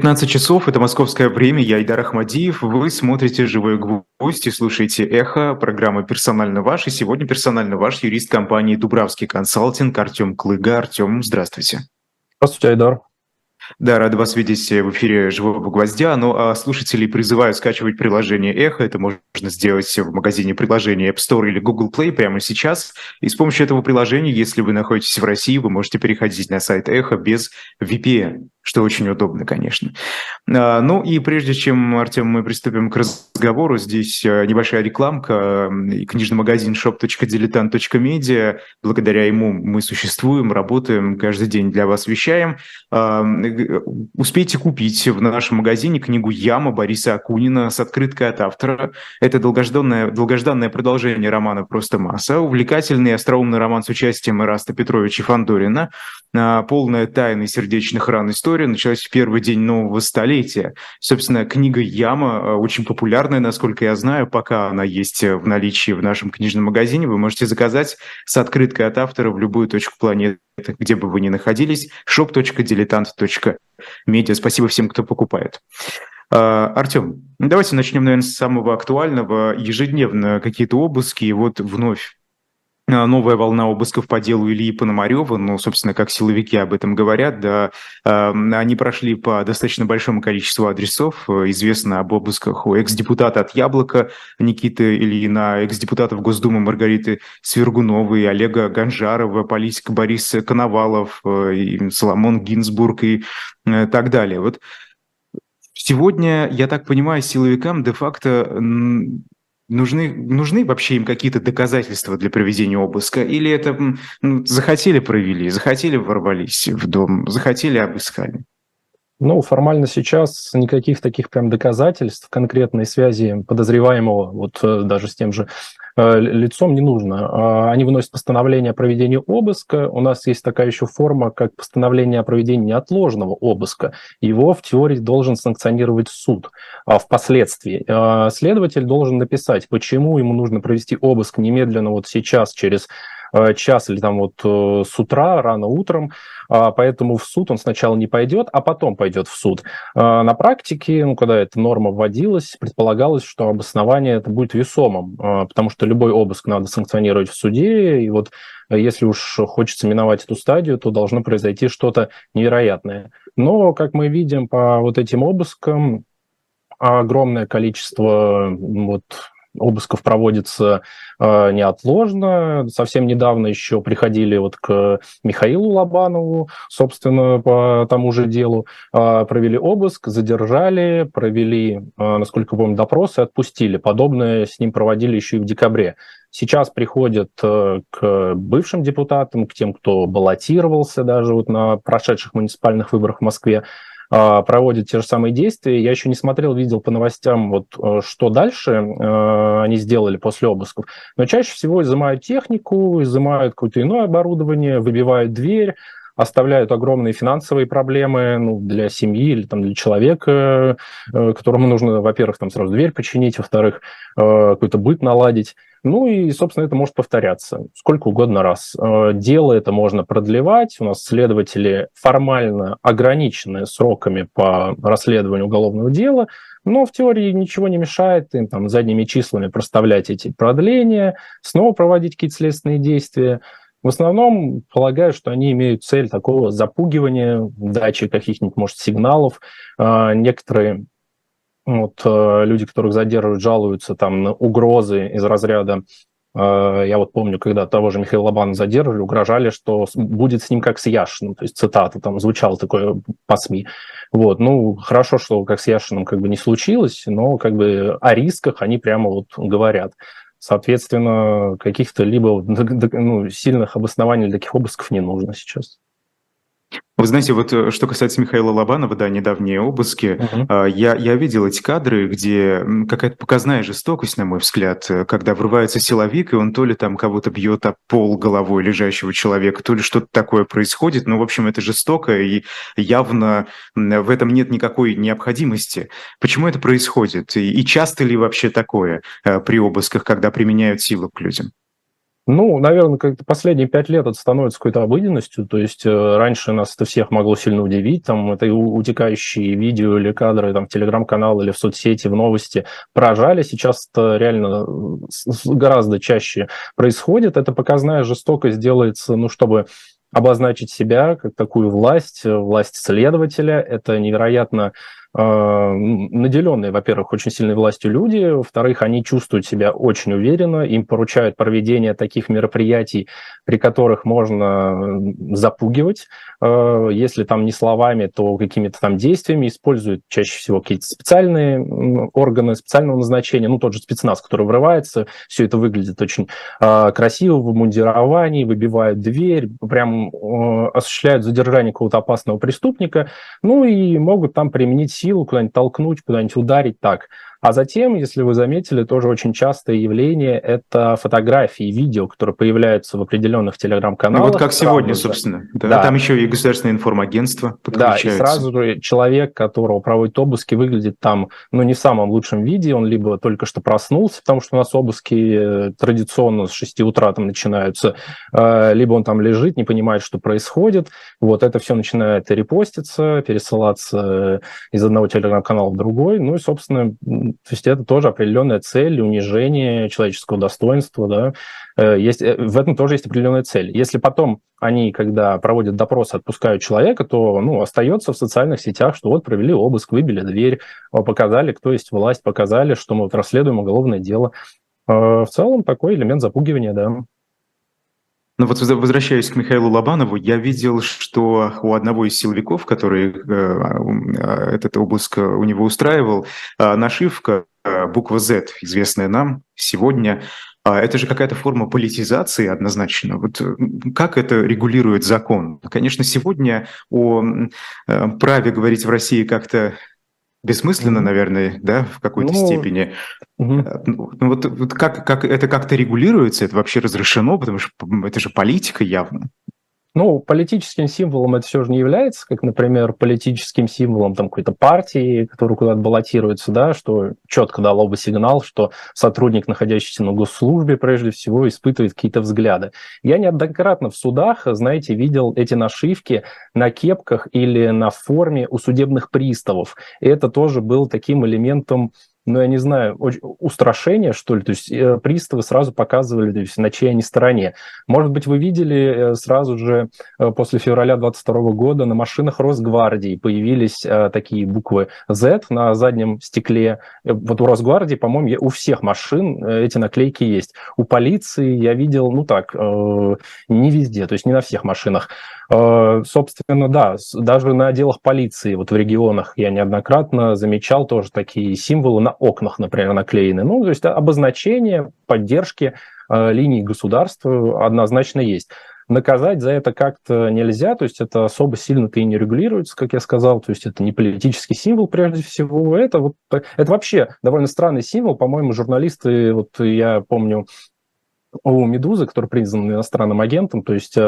15 часов, это московское время, я Айдар Ахмадиев, вы смотрите «Живой гвоздь» и слушаете «Эхо», программа «Персонально ваш», и сегодня персонально ваш юрист компании «Дубравский консалтинг» Артем Клыга. Артем, здравствуйте. Здравствуйте, Айдар. Да, рад вас видеть в эфире «Живого гвоздя». Ну, а слушателей призываю скачивать приложение «Эхо». Это можно сделать в магазине приложений App Store или Google Play прямо сейчас. И с помощью этого приложения, если вы находитесь в России, вы можете переходить на сайт «Эхо» без VPN, что очень удобно, конечно. Ну и прежде чем, Артем, мы приступим к разговору, здесь небольшая рекламка. Книжный магазин shop.diletant.media. Благодаря ему мы существуем, работаем, каждый день для вас вещаем. Успейте купить в нашем магазине книгу «Яма» Бориса Акунина с открыткой от автора. Это долгожданное продолжение романа «Просто масса», увлекательный и остроумный роман с участием Ираста Петровича Фандорина, полная тайн и сердечных ран история началась в первый день нового столетия. Собственно, книга «Яма» очень популярная, насколько я знаю, пока она есть в наличии в нашем книжном магазине. Вы можете заказать с открыткой от автора в любую точку планеты, где бы вы ни находились, shop.diletant.media. Спасибо всем, кто покупает. Артем, давайте начнем, наверное, с самого актуального. Ежедневно какие-то обыски, и вот вновь новая волна обысков по делу Ильи Пономарева, ну, собственно, как силовики об этом говорят, да, они прошли по достаточно большому количеству адресов. Известно об обысках у экс-депутата от «Яблока» Никиты Ильина, экс-депутатов Госдумы Маргариты Свергуновой, Олега Ганжарова, политик Борис Коновалов, и Соломон Гинзбург и так далее. Вот сегодня, я так понимаю, силовикам де-факто нужны вообще им какие-то доказательства для проведения обыска? Или это захотели — провели, захотели — ворвались в дом, захотели — обыскали? Ну, формально сейчас никаких таких прям доказательств конкретной связи подозреваемого, вот даже с тем же лицом, не нужно. Они выносят постановление о проведении обыска. У нас есть такая еще форма, как постановление о проведении неотложного обыска. Его в теории должен санкционировать суд впоследствии. Следователь должен написать, почему ему нужно провести обыск немедленно вот сейчас, через час или там вот с утра, рано утром, поэтому в суд он сначала не пойдет, а потом пойдет в суд. На практике, когда эта норма вводилась, предполагалось, что обоснование это будет весомым, потому что любой обыск надо санкционировать в суде, и вот если уж хочется миновать эту стадию, то должно произойти что-то невероятное. Но, как мы видим по вот этим обыскам, огромное количество обысков проводится неотложно. Совсем недавно еще приходили вот к Михаилу Лобанову, собственно, по тому же делу, провели обыск, задержали, провели, насколько помню, допрос и отпустили. Подобное с ним проводили еще и в декабре. Сейчас приходят к бывшим депутатам, к тем, кто баллотировался даже вот на прошедших муниципальных выборах в Москве, проводят те же самые действия. Я еще не смотрел, видел по новостям, вот что дальше они сделали после обысков. Но чаще всего изымают технику, изымают какое-то иное оборудование, выбивают дверь, оставляют огромные финансовые проблемы для семьи или там, для человека, которому нужно, во-первых, там сразу дверь починить, во-вторых, какой-то быт наладить. Ну и, собственно, это может повторяться сколько угодно раз. Дело это можно продлевать. У нас следователи формально ограничены сроками по расследованию уголовного дела, но в теории ничего не мешает им там задними числами проставлять эти продления, снова проводить какие-то следственные действия. В основном, полагаю, что они имеют цель такого запугивания, дачи каких-нибудь, может, сигналов. Некоторые люди, которых задерживают, жалуются там на угрозы из разряда, я вот помню, когда того же Михаила Лобанова задерживали, угрожали, что будет с ним как с Яшиным, то есть цитата там звучала такое по СМИ. Хорошо, что как с Яшиным как бы не случилось, но как бы о рисках они прямо вот говорят. Соответственно, каких-то либо сильных обоснований для таких обысков не нужно сейчас. Вы знаете, вот что касается Михаила Лобанова, да, недавние обыски, я видел эти кадры, где какая-то показная жестокость, на мой взгляд, когда врывается силовик, и он то ли там кого-то бьет об пол головой лежащего человека, то ли что-то такое происходит. В общем, это жестоко, и явно в этом нет никакой необходимости. Почему это происходит? И часто ли вообще такое при обысках, когда применяют силу к людям? Ну, наверное, как-то последние 5 лет это становится какой-то обыденностью. То есть раньше нас это всех могло сильно удивить. Там это утекающие видео или кадры там, в телеграм-канал или в соцсети, в новости поражали. Сейчас это реально гораздо чаще происходит. Это показная жестокость делается, ну, чтобы обозначить себя как такую власть, власть следователя. Это невероятно наделенные, во-первых, очень сильной властью люди, во-вторых, они чувствуют себя очень уверенно, им поручают проведение таких мероприятий, при которых можно запугивать, если там не словами, то какими-то там действиями, используют чаще всего какие-то специальные органы специального назначения, ну, тот же спецназ, который врывается, все это выглядит очень красиво, в обмундировании, выбивают дверь, прям осуществляют задержание какого-то опасного преступника, ну, и могут там применить силу, куда-нибудь толкнуть, куда-нибудь ударить так. А затем, если вы заметили, тоже очень частое явление – это фотографии, видео, которые появляются в определенных телеграм-каналах. Ну вот как сегодня, собственно. Да, там еще и государственное информагентство подключается. Да, и сразу же человек, которого проводят обыски, выглядит там, ну, не в самом лучшем виде, он либо только что проснулся, потому что у нас обыски традиционно с 6 утра там начинаются, либо он там лежит, не понимает, что происходит. Вот это все начинает репоститься, пересылаться из одного телеграм-канала в другой. Ну и, собственно, то есть это тоже определенная цель, унижение человеческого достоинства, да. В этом тоже есть определенная цель. Если потом они, когда проводят допрос, отпускают человека, то, ну, остается в социальных сетях, что вот провели обыск, выбили дверь, показали, кто есть власть, показали, что мы вот расследуем уголовное дело. В целом такой элемент запугивания, да. Ну вот возвращаясь к Михаилу Лобанову, я видел, что у одного из силовиков, который этот обыск у него устраивал, нашивка буква Z, известная нам сегодня. Это же какая-то форма политизации однозначно. Вот как это регулирует закон? Конечно, сегодня о праве говорить в России как-то бессмысленно, наверное, да, в какой-то степени. Ну, вот как это как-то регулируется, это вообще разрешено, потому что это же политика явно. Ну, политическим символом это все же не является, как, например, политическим символом там какой-то партии, которая куда-то баллотируется, да, что четко дало бы сигнал, что сотрудник, находящийся на госслужбе, прежде всего, испытывает какие-то взгляды. Я неоднократно в судах, знаете, видел эти нашивки на кепках или на форме у судебных приставов. И это тоже был таким элементом, ну, я не знаю, устрашение, что ли, то есть приставы сразу показывали, то есть, на чьей они стороне. Может быть, вы видели сразу же после февраля 2022 года на машинах Росгвардии появились такие буквы Z на заднем стекле. Вот у Росгвардии, по-моему, у всех машин эти наклейки есть. У полиции я видел, ну так, не везде, то есть не на всех машинах. Собственно, да, даже на отделах полиции, вот в регионах я неоднократно замечал тоже такие символы на окнах, например, наклеены. Ну, то есть обозначение поддержки линий государства однозначно есть. Наказать за это как-то нельзя, то есть это особо сильно-то и не регулируется, как я сказал, то есть это не политический символ прежде всего, это вообще довольно странный символ, по-моему, журналисты, вот я помню, у «Медузы», который признан иностранным агентом, то есть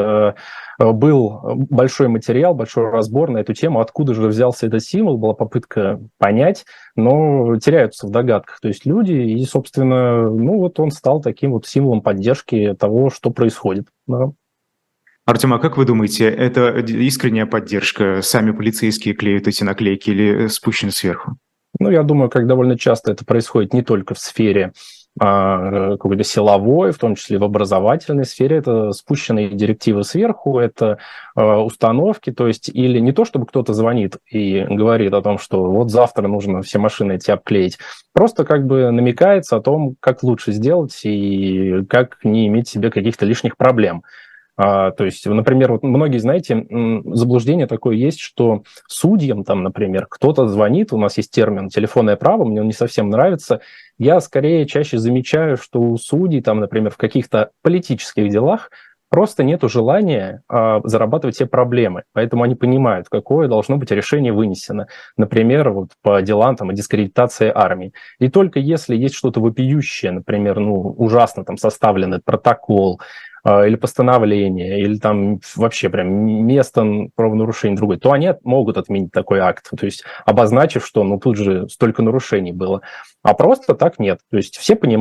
был большой материал, большой разбор на эту тему, откуда же взялся этот символ, была попытка понять, но теряются в догадках, то есть люди, и, собственно, ну вот он стал таким вот символом поддержки того, что происходит. Да. Артем, а как вы думаете, это искренняя поддержка? Сами полицейские клеют эти наклейки или спущены сверху? Ну, я думаю, как довольно часто это происходит не только в сфере какой-то силовой, в том числе в образовательной сфере, это спущенные директивы сверху, это установки, то есть или не то, чтобы кто-то звонит и говорит о том, что вот завтра нужно все машины эти обклеить, просто как бы намекается о том, как лучше сделать и как не иметь себе каких-то лишних проблем. То есть, например, вот многие, знаете, заблуждение такое есть, что судьям, там, например, кто-то звонит, у нас есть термин «телефонное право», мне он не совсем нравится. Я скорее чаще замечаю, что у судей, там, например, в каких-то политических делах просто нет желания зарабатывать все проблемы. Поэтому они понимают, какое должно быть решение вынесено. Например, вот по делам там, о дискредитации армии. И только если есть что-то вопиющее, например, ну, ужасно там составленный протокол, или постановление, или там вообще прям место правонарушения другое, то они могут отменить такой акт, то есть обозначив, что ну тут же столько нарушений было. А просто так нет. То есть все понимают,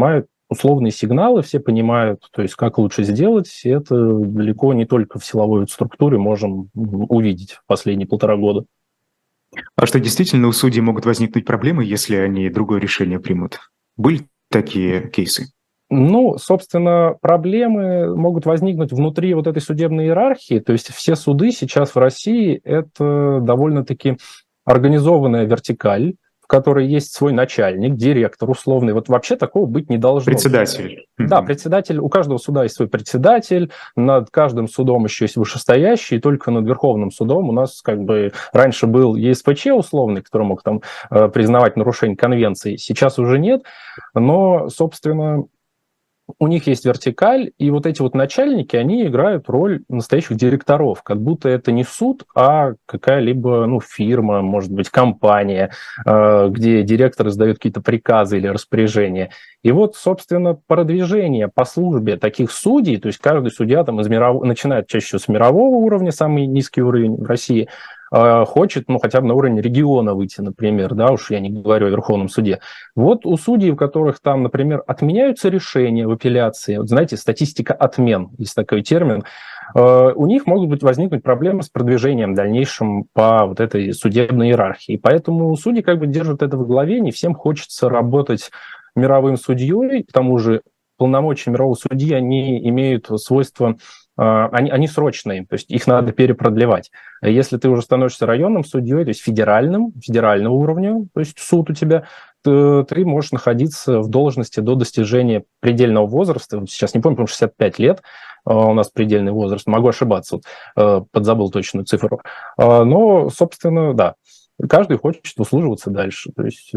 условные сигналы, все понимают, то есть как лучше сделать, и это далеко не только в силовой структуре можем увидеть в последние 1,5 года. А что, действительно у судей могут возникнуть проблемы, если они другое решение примут? Были такие кейсы? Ну, собственно, проблемы могут возникнуть внутри вот этой судебной иерархии. То есть все суды сейчас в России – это довольно-таки организованная вертикаль, в которой есть свой начальник, директор условный. Вот вообще такого быть не должно. Председатель. Да, председатель, у каждого суда есть свой председатель, над каждым судом еще есть вышестоящий, и только над Верховным судом у нас как бы раньше был ЕСПЧ условный, который мог там признавать нарушение конвенции, сейчас уже нет, но, собственно, у них есть вертикаль, и вот эти вот начальники, они играют роль настоящих директоров, как будто это не суд, а какая-либо фирма, может быть, компания, где директор издает какие-то приказы или распоряжения. И вот, собственно, продвижение по службе таких судей, то есть каждый судья там начинает чаще всего с мирового уровня, самый низкий уровень в России, хочет, хотя бы на уровень региона выйти, например, да, уж я не говорю о Верховном суде. Вот у судей, у которых там, например, отменяются решения в апелляции, вот знаете, статистика отмен, есть такой термин, у них могут возникнуть проблемы с продвижением дальнейшим по вот этой судебной иерархии. Поэтому судьи как бы держат это в главе, не всем хочется работать мировым судьей, к тому же полномочия мирового судьи, они имеют свойство, они срочные, то есть их надо перепродлевать. Если ты уже становишься районным судьей, то есть федерального уровня, то есть суд у тебя, то ты можешь находиться в должности до достижения предельного возраста. Вот сейчас не помню, по-моему, 65 лет у нас предельный возраст, могу ошибаться, подзабыл точную цифру. Но, собственно, да, каждый хочет выслуживаться дальше, то есть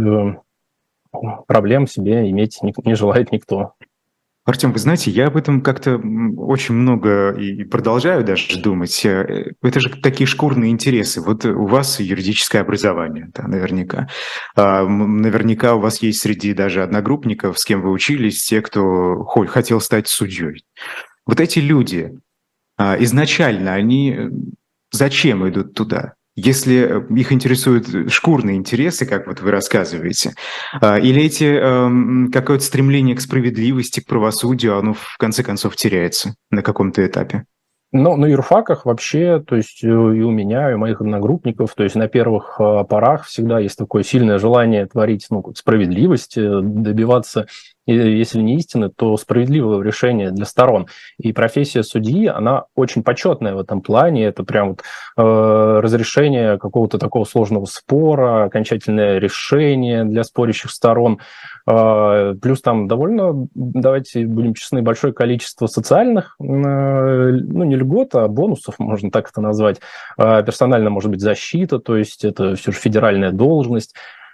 проблем себе иметь не желает никто. Артем, вы знаете, я об этом как-то очень много и продолжаю даже думать. Это же такие шкурные интересы. Вот у вас юридическое образование, да, наверняка. Наверняка у вас есть среди даже одногруппников, с кем вы учились, те, кто хотел стать судьей. Вот эти люди изначально, они зачем идут туда? Если их интересуют шкурные интересы, как вот вы рассказываете, или какое-то стремление к справедливости, к правосудию, оно в конце концов теряется на каком-то этапе? Но на юрфаках вообще, то есть и у меня, и у моих одногруппников, то есть на первых порах всегда есть такое сильное желание творить справедливость, добиваться, если не истины, то справедливого решения для сторон. И профессия судьи, она очень почетная в этом плане. Это прям разрешение какого-то такого сложного спора, окончательное решение для спорящих сторон. Плюс там довольно, давайте будем честны, большое количество социальных, не льгот, а бонусов, можно так это назвать. Персонально может быть защита, то есть это все же федеральная должность.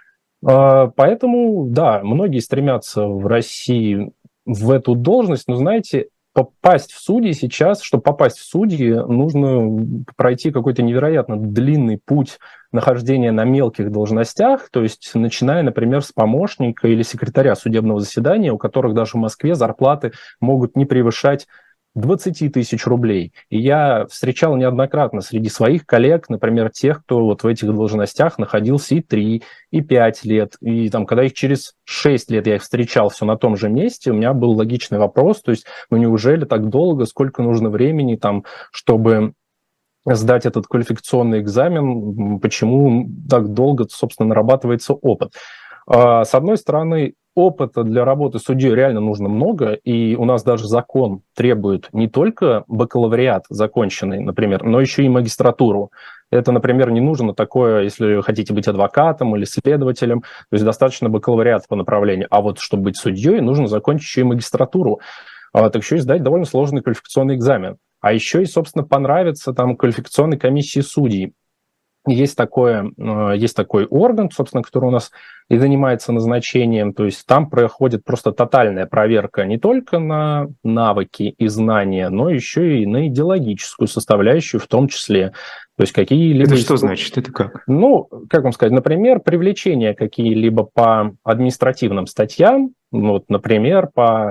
Поэтому, да, многие стремятся в России в эту должность, но, знаете, попасть в судьи сейчас, чтобы попасть в судьи, нужно пройти какой-то невероятно длинный путь нахождения на мелких должностях, то есть начиная, например, с помощника или секретаря судебного заседания, у которых даже в Москве зарплаты могут не превышать 20 тысяч рублей. И я встречал неоднократно среди своих коллег, например, тех, кто вот в этих должностях находился и 3, и 5 лет. И там, когда их через 6 лет я их встречал все на том же месте, у меня был логичный вопрос, то есть, неужели так долго, сколько нужно времени там, чтобы сдать этот квалификационный экзамен, почему так долго, собственно, нарабатывается опыт. С одной стороны, опыта для работы судьей реально нужно много, и у нас даже закон требует не только бакалавриат законченный, например, но еще и магистратуру. Это, например, не нужно такое, если хотите быть адвокатом или следователем, то есть достаточно бакалавриат по направлению. А вот чтобы быть судьей, нужно закончить еще и магистратуру, так еще и сдать довольно сложный квалификационный экзамен. А еще и, собственно, понравится там квалификационной комиссии судей. Есть такой орган, собственно, который у нас и занимается назначением, то есть там проходит просто тотальная проверка не только на навыки и знания, но еще и на идеологическую составляющую в том числе. То есть какие-либо... Это что значит? Это как? Как вам сказать, например, привлечение какие-либо по административным статьям, вот, например, по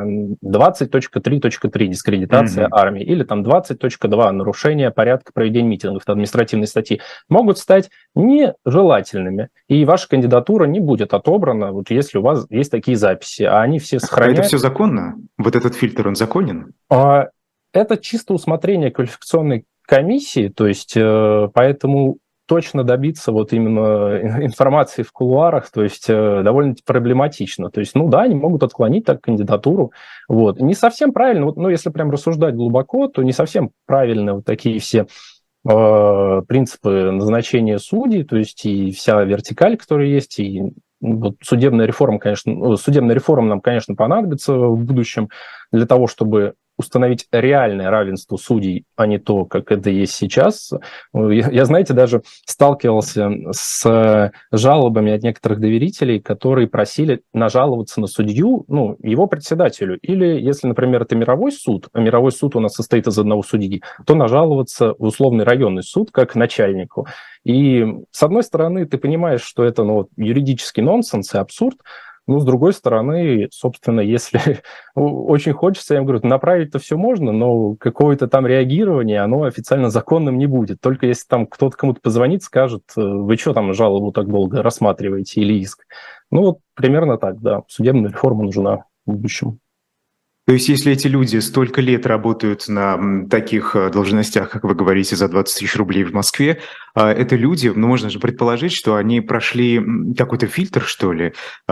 20.3.3 дискредитация армии или там 20.2 нарушение порядка проведения митингов, это административные статьи, могут стать нежелательными, и ваша кандидатура не будет отобрана, вот если у вас есть такие записи, а они все сохраняют. А это все законно? Вот этот фильтр, он законен? Это чисто усмотрение квалификационной комиссии, то есть поэтому точно добиться вот именно информации в кулуарах, то есть довольно проблематично. То есть, ну да, они могут отклонить так кандидатуру. Вот. Не совсем правильно, вот, ну если прям рассуждать глубоко, то не совсем правильно вот такие все принципы назначения судей, то есть и вся вертикаль, которая есть, и вот судебная реформа, конечно, судебная реформа нам, конечно, понадобится в будущем для того, чтобы установить реальное равенство судей, а не то, как это есть сейчас. Я, знаете, даже сталкивался с жалобами от некоторых доверителей, которые просили нажаловаться на судью, ну, его председателю. Или, если, например, это мировой суд, а мировой суд у нас состоит из одного судьи, то нажаловаться в условный районный суд как начальнику. И, с одной стороны, ты понимаешь, что это юридический нонсенс и абсурд, но, с другой стороны, собственно, если очень хочется, я им говорю, направить-то все можно, но какое-то там реагирование, оно официально законным не будет. Только если там кто-то кому-то позвонит, скажет, вы что там жалобу так долго рассматриваете или иск. Ну, вот примерно так, да. Судебная реформа нужна в будущем. То есть, если эти люди столько лет работают на таких должностях, как вы говорите, за 20 тысяч рублей в Москве, это люди, ну, можно же предположить, что они прошли какой-то фильтр, что ли,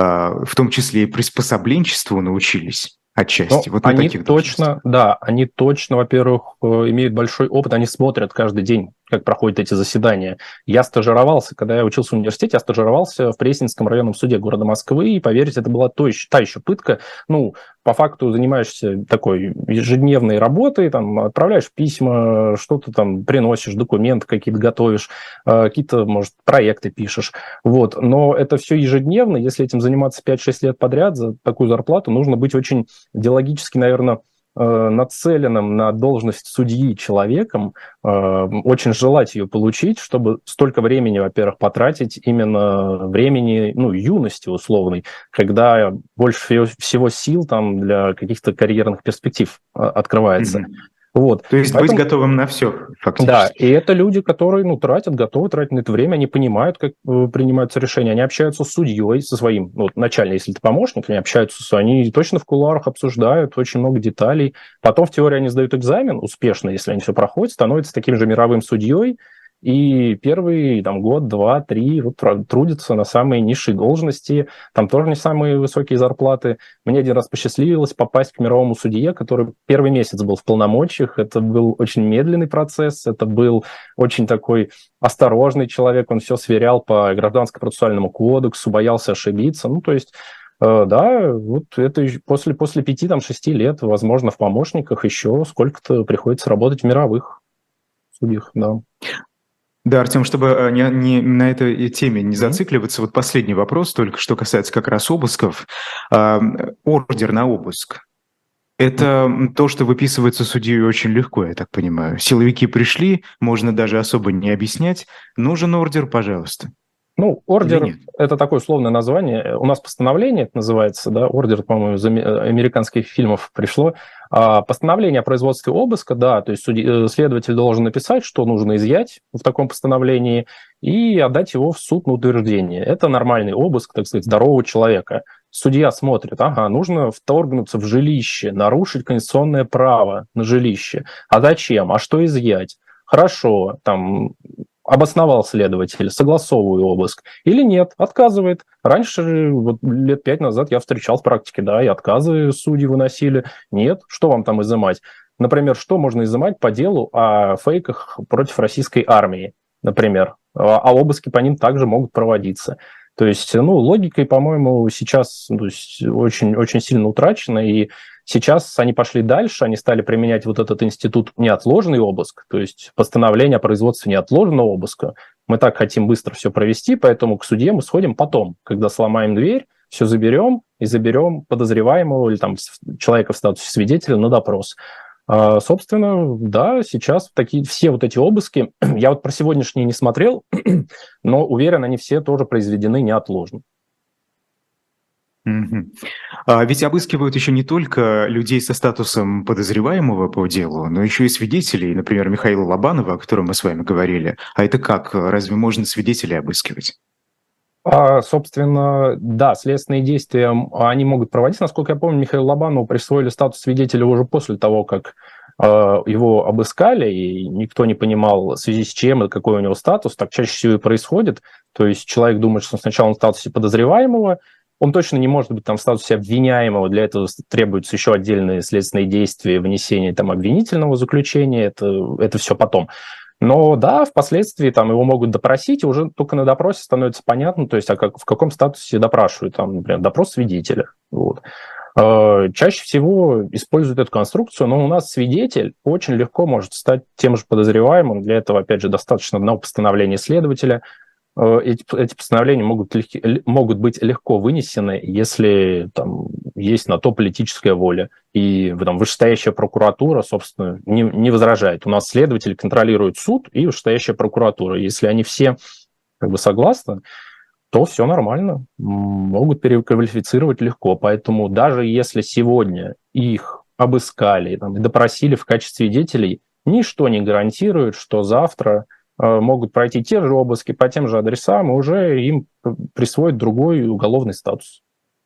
в том числе и приспособленчеству научились отчасти. Но вот на они таких точно, да, они точно, во-первых, имеют большой опыт, они смотрят каждый день, как проходят эти заседания. Я стажировался, когда я учился в университете, я стажировался в Пресненском районном суде города Москвы, и, поверьте, это была та еще пытка. Ну, по факту занимаешься такой ежедневной работой, там, отправляешь письма, что-то там приносишь, документы какие-то готовишь, какие-то, может, проекты пишешь. Вот. Но это все ежедневно, если этим заниматься 5-6 лет подряд за такую зарплату, нужно быть очень идеологически, наверное, нацеленным на должность судьи человеком, очень желать ее получить, чтобы столько времени, во-первых, потратить именно времени, ну, юности условной, когда больше всего сил там для каких-то карьерных перспектив открывается. Вот. То есть быть готовым на все, фактически. Да, и это люди, которые, ну, готовы тратить на это время, они понимают, как принимаются решения, они общаются с судьей, со своим, ну, начальник, если ты помощник, они общаются, они точно в кулуарах обсуждают очень много деталей. Потом в теории они сдают экзамен успешно, если они все проходят, становятся таким же мировым судьей, и первый там, год, два, три вот, трудятся на самые низшие должности, там тоже не самые высокие зарплаты. Мне один раз посчастливилось попасть к мировому судье, который первый месяц был в полномочиях. Это был очень медленный процесс, это был очень такой осторожный человек, он все сверял по Гражданско-процессуальному кодексу, боялся ошибиться. Ну, то есть да, вот это после 5-6 лет, возможно, в помощниках еще сколько-то приходится работать в мировых судьях, да. Да, Артем, чтобы на этой теме не зацикливаться, вот последний вопрос, только что касается как раз обысков. Ордер на обыск. Это то, что выписывается судьей очень легко, я так понимаю. Силовики пришли, можно даже особо не объяснять. Нужен ордер, пожалуйста. Ну, ордер – это такое условное название. У нас постановление это называется, да, ордер, по-моему, из американских фильмов пришло. Постановление о производстве обыска, да, то есть следователь должен написать, что нужно изъять в таком постановлении, и отдать его в суд на утверждение. Это нормальный обыск, так сказать, здорового человека. Судья смотрит, ага, нужно вторгнуться в жилище, нарушить конституционное право на жилище. А зачем? А что изъять? Хорошо, там обосновал следователь, согласовываю обыск. Или нет, отказывает. Раньше, вот лет 5 назад я встречал в практике, да, и отказы судьи выносили. Нет, что вам там изымать? Например, что можно изымать по делу о фейках против российской армии, например. А обыски по ним также могут проводиться. То есть, ну, логикой, по-моему, сейчас очень, очень сильно утрачена, и сейчас они пошли дальше, они стали применять вот этот институт неотложный обыск, то есть постановление о производстве неотложного обыска. Мы так хотим быстро все провести, поэтому к судье мы сходим потом, когда сломаем дверь, все заберем и заберем подозреваемого или там человека в статусе свидетеля на допрос. Собственно, да, сейчас все вот эти обыски, я вот про сегодняшние не смотрел, но уверен, они все тоже произведены неотложно. Мгм. А ведь обыскивают еще не только людей со статусом подозреваемого по делу, но еще и свидетелей, например, Михаила Лобанова, о котором мы с вами говорили. А это как? Разве можно свидетелей обыскивать? Собственно, да, следственные действия, они могут проводиться. Насколько я помню, Михаилу Лобанову присвоили статус свидетеля уже после того, как его обыскали, и никто не понимал, в связи с чем и какой у него статус. Так чаще всего и происходит. То есть человек думает, что сначала он в статусе подозреваемого, он точно не может быть там в статусе обвиняемого, для этого требуются еще отдельные следственные действия, внесение там обвинительного заключения, это все потом. Но да, впоследствии там его могут допросить, и уже только на допросе становится понятно, то есть в каком статусе допрашивают, там, например, допрос свидетеля. Вот. Чаще всего используют эту конструкцию, но у нас свидетель очень легко может стать тем же подозреваемым. Для этого, опять же, достаточно одного постановления следователя. Эти постановления могут быть легко вынесены, если там есть на то политическая воля. И там, вышестоящая прокуратура, собственно, не возражает. У нас следователь контролирует суд и вышестоящая прокуратура. Если они все как бы согласны, то все нормально. Могут переквалифицировать легко. Поэтому даже если сегодня их обыскали там, и допросили в качестве свидетелей, ничто не гарантирует, что завтра могут пройти те же обыски по тем же адресам, и уже им присвоят другой уголовный статус.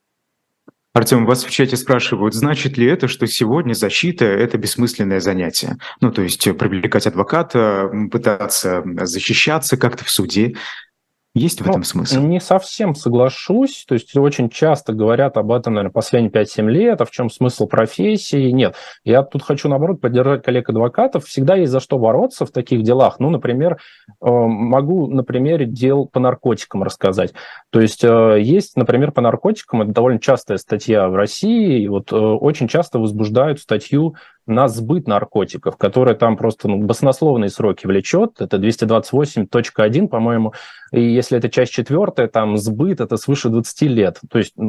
Артем, вас в чате спрашивают, значит ли это, что сегодня защита – это бессмысленное занятие? Ну, то есть привлекать адвоката, пытаться защищаться как-то в суде. Есть в этом смысл? Не совсем соглашусь. То есть очень часто говорят об этом, наверное, последние 5-7 лет, а в чем смысл профессии. Нет, я тут хочу, наоборот, поддержать коллег-адвокатов. Всегда есть за что бороться в таких делах. Ну, например, могу на примере дел по наркотикам рассказать. То есть есть, например, по наркотикам, это довольно частая статья в России, и вот очень часто возбуждают статью на сбыт наркотиков, которая там просто баснословные сроки влечет. Это 228.1, по-моему. И если это часть 4, там сбыт это свыше 20 лет. То есть,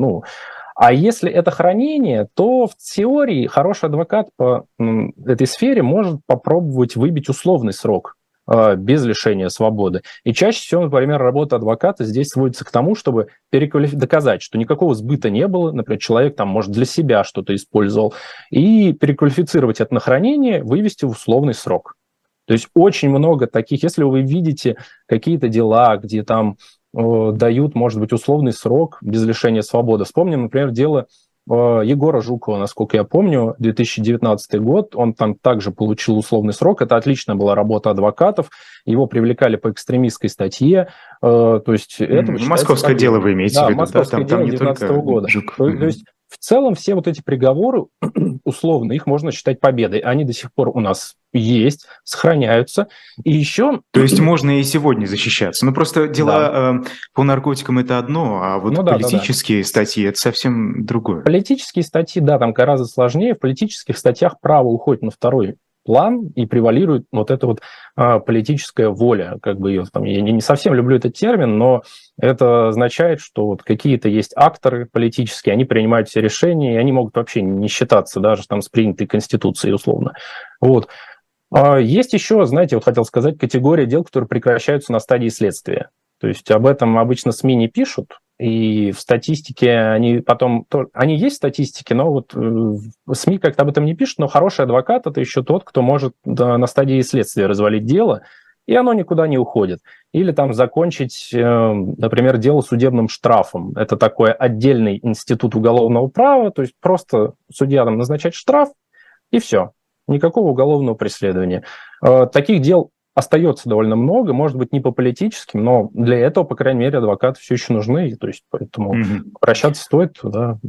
а если это хранение, то в теории хороший адвокат по этой сфере может попробовать выбить условный срок без лишения свободы. И чаще всего, например, работа адвоката здесь сводится к тому, чтобы доказать, что никакого сбыта не было, например, человек там, может, для себя что-то использовал, и переквалифицировать это на хранение, вывести в условный срок. То есть очень много таких, если вы видите какие-то дела, где там дают, может быть, условный срок без лишения свободы. Вспомним, например, дело Егора Жукова, насколько я помню, 2019 год, он там также получил условный срок, это отличная была работа адвокатов, его привлекали по экстремистской статье, то есть это московское дело вы имеете в виду, да? Московское дело 2019 года. То есть в целом все вот эти приговоры, условно, их можно считать победой, они до сих пор у нас есть, сохраняются, и еще... То есть можно и сегодня защищаться. Ну, просто дела по наркотикам – это одно, а вот политические статьи – это совсем другое. Политические статьи, да, там гораздо сложнее. В политических статьях право уходит на второй план и превалирует вот эта вот политическая воля. Как бы ее, там, я не совсем люблю этот термин, но это означает, что вот какие-то есть акторы политические, они принимают все решения, и они могут вообще не считаться даже там с принятой конституцией условно. Вот. Есть еще, знаете, вот хотел сказать, категория дел, которые прекращаются на стадии следствия. То есть об этом обычно СМИ не пишут, и в статистике они потом... Они есть в статистике, но вот СМИ как-то об этом не пишут, но хороший адвокат – это еще тот, кто может на стадии следствия развалить дело, и оно никуда не уходит. Или там закончить, например, дело судебным штрафом. Это такой отдельный институт уголовного права, то есть просто судья там назначает штраф, и все. Никакого уголовного преследования. Таких дел остается довольно много, может быть, не по политическим, но для этого, по крайней мере, адвокаты все еще нужны, то есть поэтому обращаться стоит туда.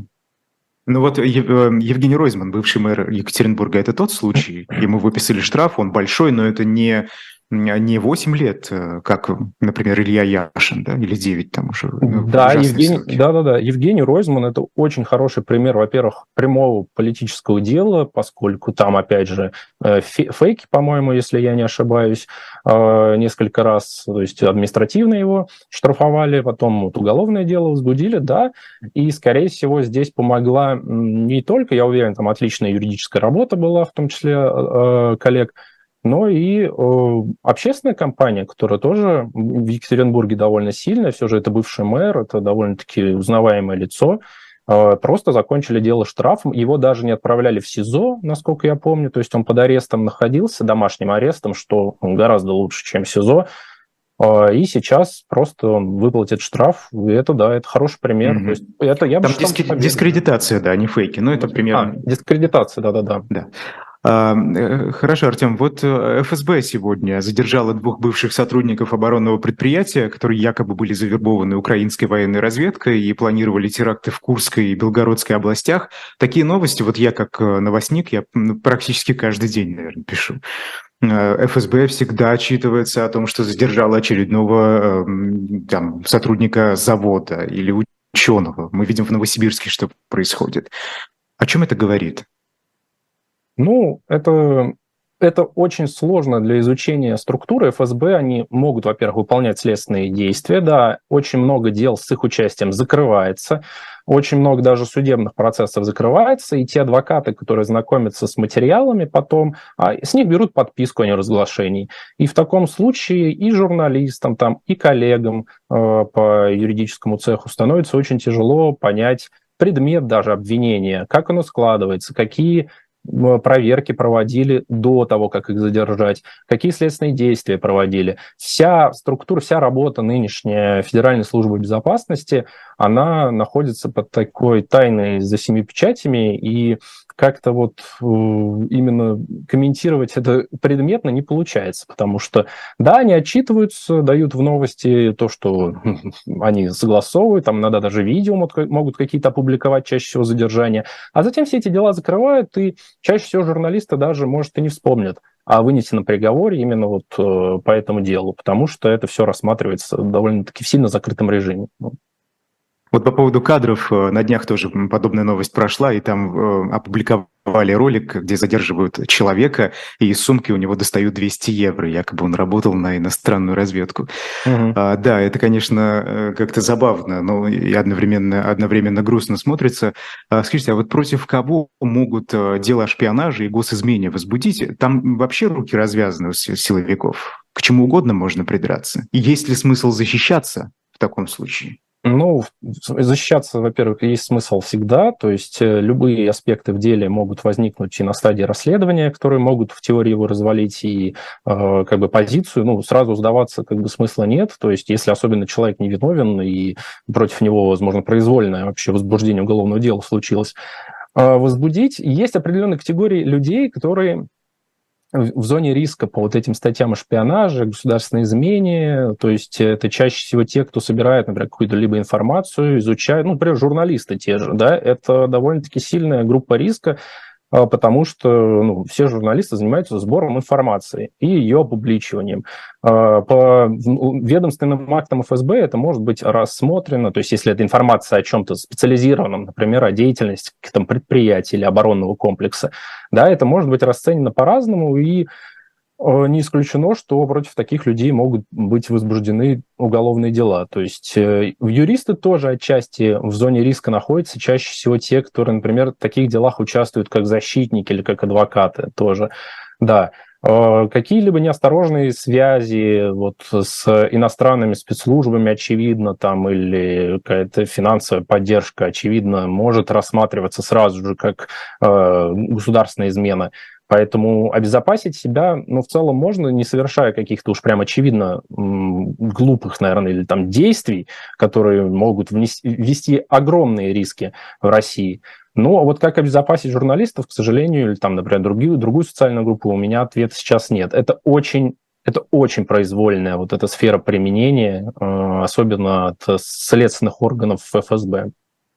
Ну вот Евгений Ройзман, бывший мэр Екатеринбурга, это тот случай. Ему выписали штраф, он большой, но это не 8 лет, как, например, Илья Яшин, да, или 9 там уже. Да, Евгений Ройзман – это очень хороший пример, во-первых, прямого политического дела, поскольку там, опять же, фейки, по-моему, если я не ошибаюсь, несколько раз, то есть административно его штрафовали, потом вот уголовное дело возбудили, да, и, скорее всего, здесь помогла не только, я уверен, там отличная юридическая работа была, в том числе коллег, но и общественная компания, которая тоже в Екатеринбурге довольно сильная, все же это бывший мэр, это довольно-таки узнаваемое лицо, просто закончили дело штрафом. Его даже не отправляли в СИЗО, насколько я помню. То есть он под арестом находился, домашним арестом, что гораздо лучше, чем СИЗО. И сейчас просто он выплатит штраф. И это, да, это хороший пример. То есть это я бы Там считал победой. дискредитация, да, не фейки. Ну, это примерно... дискредитация, да-да-да. Да. Хорошо, Артем, вот ФСБ сегодня задержала 2 бывших сотрудников оборонного предприятия, которые якобы были завербованы украинской военной разведкой и планировали теракты в Курской и Белгородской областях. Такие новости, вот я как новостник, я практически каждый день, наверное, пишу. ФСБ всегда отчитывается о том, что задержала очередного там, сотрудника завода или ученого. Мы видим в Новосибирске, что происходит. О чем это говорит? Ну, это очень сложно для изучения структуры ФСБ. Они могут, во-первых, выполнять следственные действия. Да, очень много дел с их участием закрывается. Очень много даже судебных процессов закрывается. И те адвокаты, которые знакомятся с материалами потом, с них берут подписку о неразглашении. И в таком случае и журналистам, там, и коллегам по юридическому цеху становится очень тяжело понять предмет даже обвинения, как оно складывается, какие проверки проводили до того, как их задержать, какие следственные действия проводили. Вся структура, вся работа нынешняя Федеральной службы безопасности, она находится под такой тайной за 7 печатями, и как-то вот именно комментировать это предметно не получается, потому что, да, они отчитываются, дают в новости то, что они согласовывают, там иногда даже видео могут какие-то опубликовать, чаще всего задержания, а затем все эти дела закрывают, и чаще всего журналисты даже, может, и не вспомнят о вынесенном приговоре именно вот по этому делу, потому что это все рассматривается довольно-таки в сильно закрытом режиме. Вот по поводу кадров, на днях тоже подобная новость прошла, и там опубликовали ролик, где задерживают человека, и из сумки у него достают 200 евро, якобы он работал на иностранную разведку. Да, это, конечно, как-то забавно, но и одновременно грустно смотрится. Скажите, а вот против кого могут дело о шпионаже и госизмене возбудить? Там вообще руки развязаны у силовиков. К чему угодно можно придраться. И есть ли смысл защищаться в таком случае? Ну, защищаться, во-первых, есть смысл всегда, то есть любые аспекты в деле могут возникнуть и на стадии расследования, которые могут в теории его развалить, и как бы позицию, ну, сразу сдаваться как бы смысла нет, то есть если особенно человек невиновен, и против него, возможно, произвольное вообще возбуждение уголовного дела случилось, возбудить. Есть определенные категории людей, которые в зоне риска по вот этим статьям о шпионаже, государственной измене, то есть это чаще всего те, кто собирает, например, какую-то либо информацию, изучает, ну, например, журналисты те же, да, это довольно-таки сильная группа риска, потому что все журналисты занимаются сбором информации и ее опубличиванием. По ведомственным актам ФСБ это может быть рассмотрено, то есть если это информация о чем-то специализированном, например, о деятельности каких-то предприятий или оборонного комплекса, да, это может быть расценено по-разному, и не исключено, что против таких людей могут быть возбуждены уголовные дела. То есть юристы тоже отчасти в зоне риска находятся, чаще всего те, которые, например, в таких делах участвуют как защитники или как адвокаты тоже. Да. Какие-либо неосторожные связи вот с иностранными спецслужбами, очевидно, там, или какая-то финансовая поддержка, очевидно, может рассматриваться сразу же как государственная измена. Поэтому обезопасить себя, в целом можно, не совершая каких-то уж прям очевидно глупых, наверное, или там действий, которые могут ввести огромные риски в России. Но вот как обезопасить журналистов, к сожалению, или там, например, другую социальную группу, у меня ответа сейчас нет. Это очень произвольная вот эта сфера применения, особенно от следственных органов ФСБ.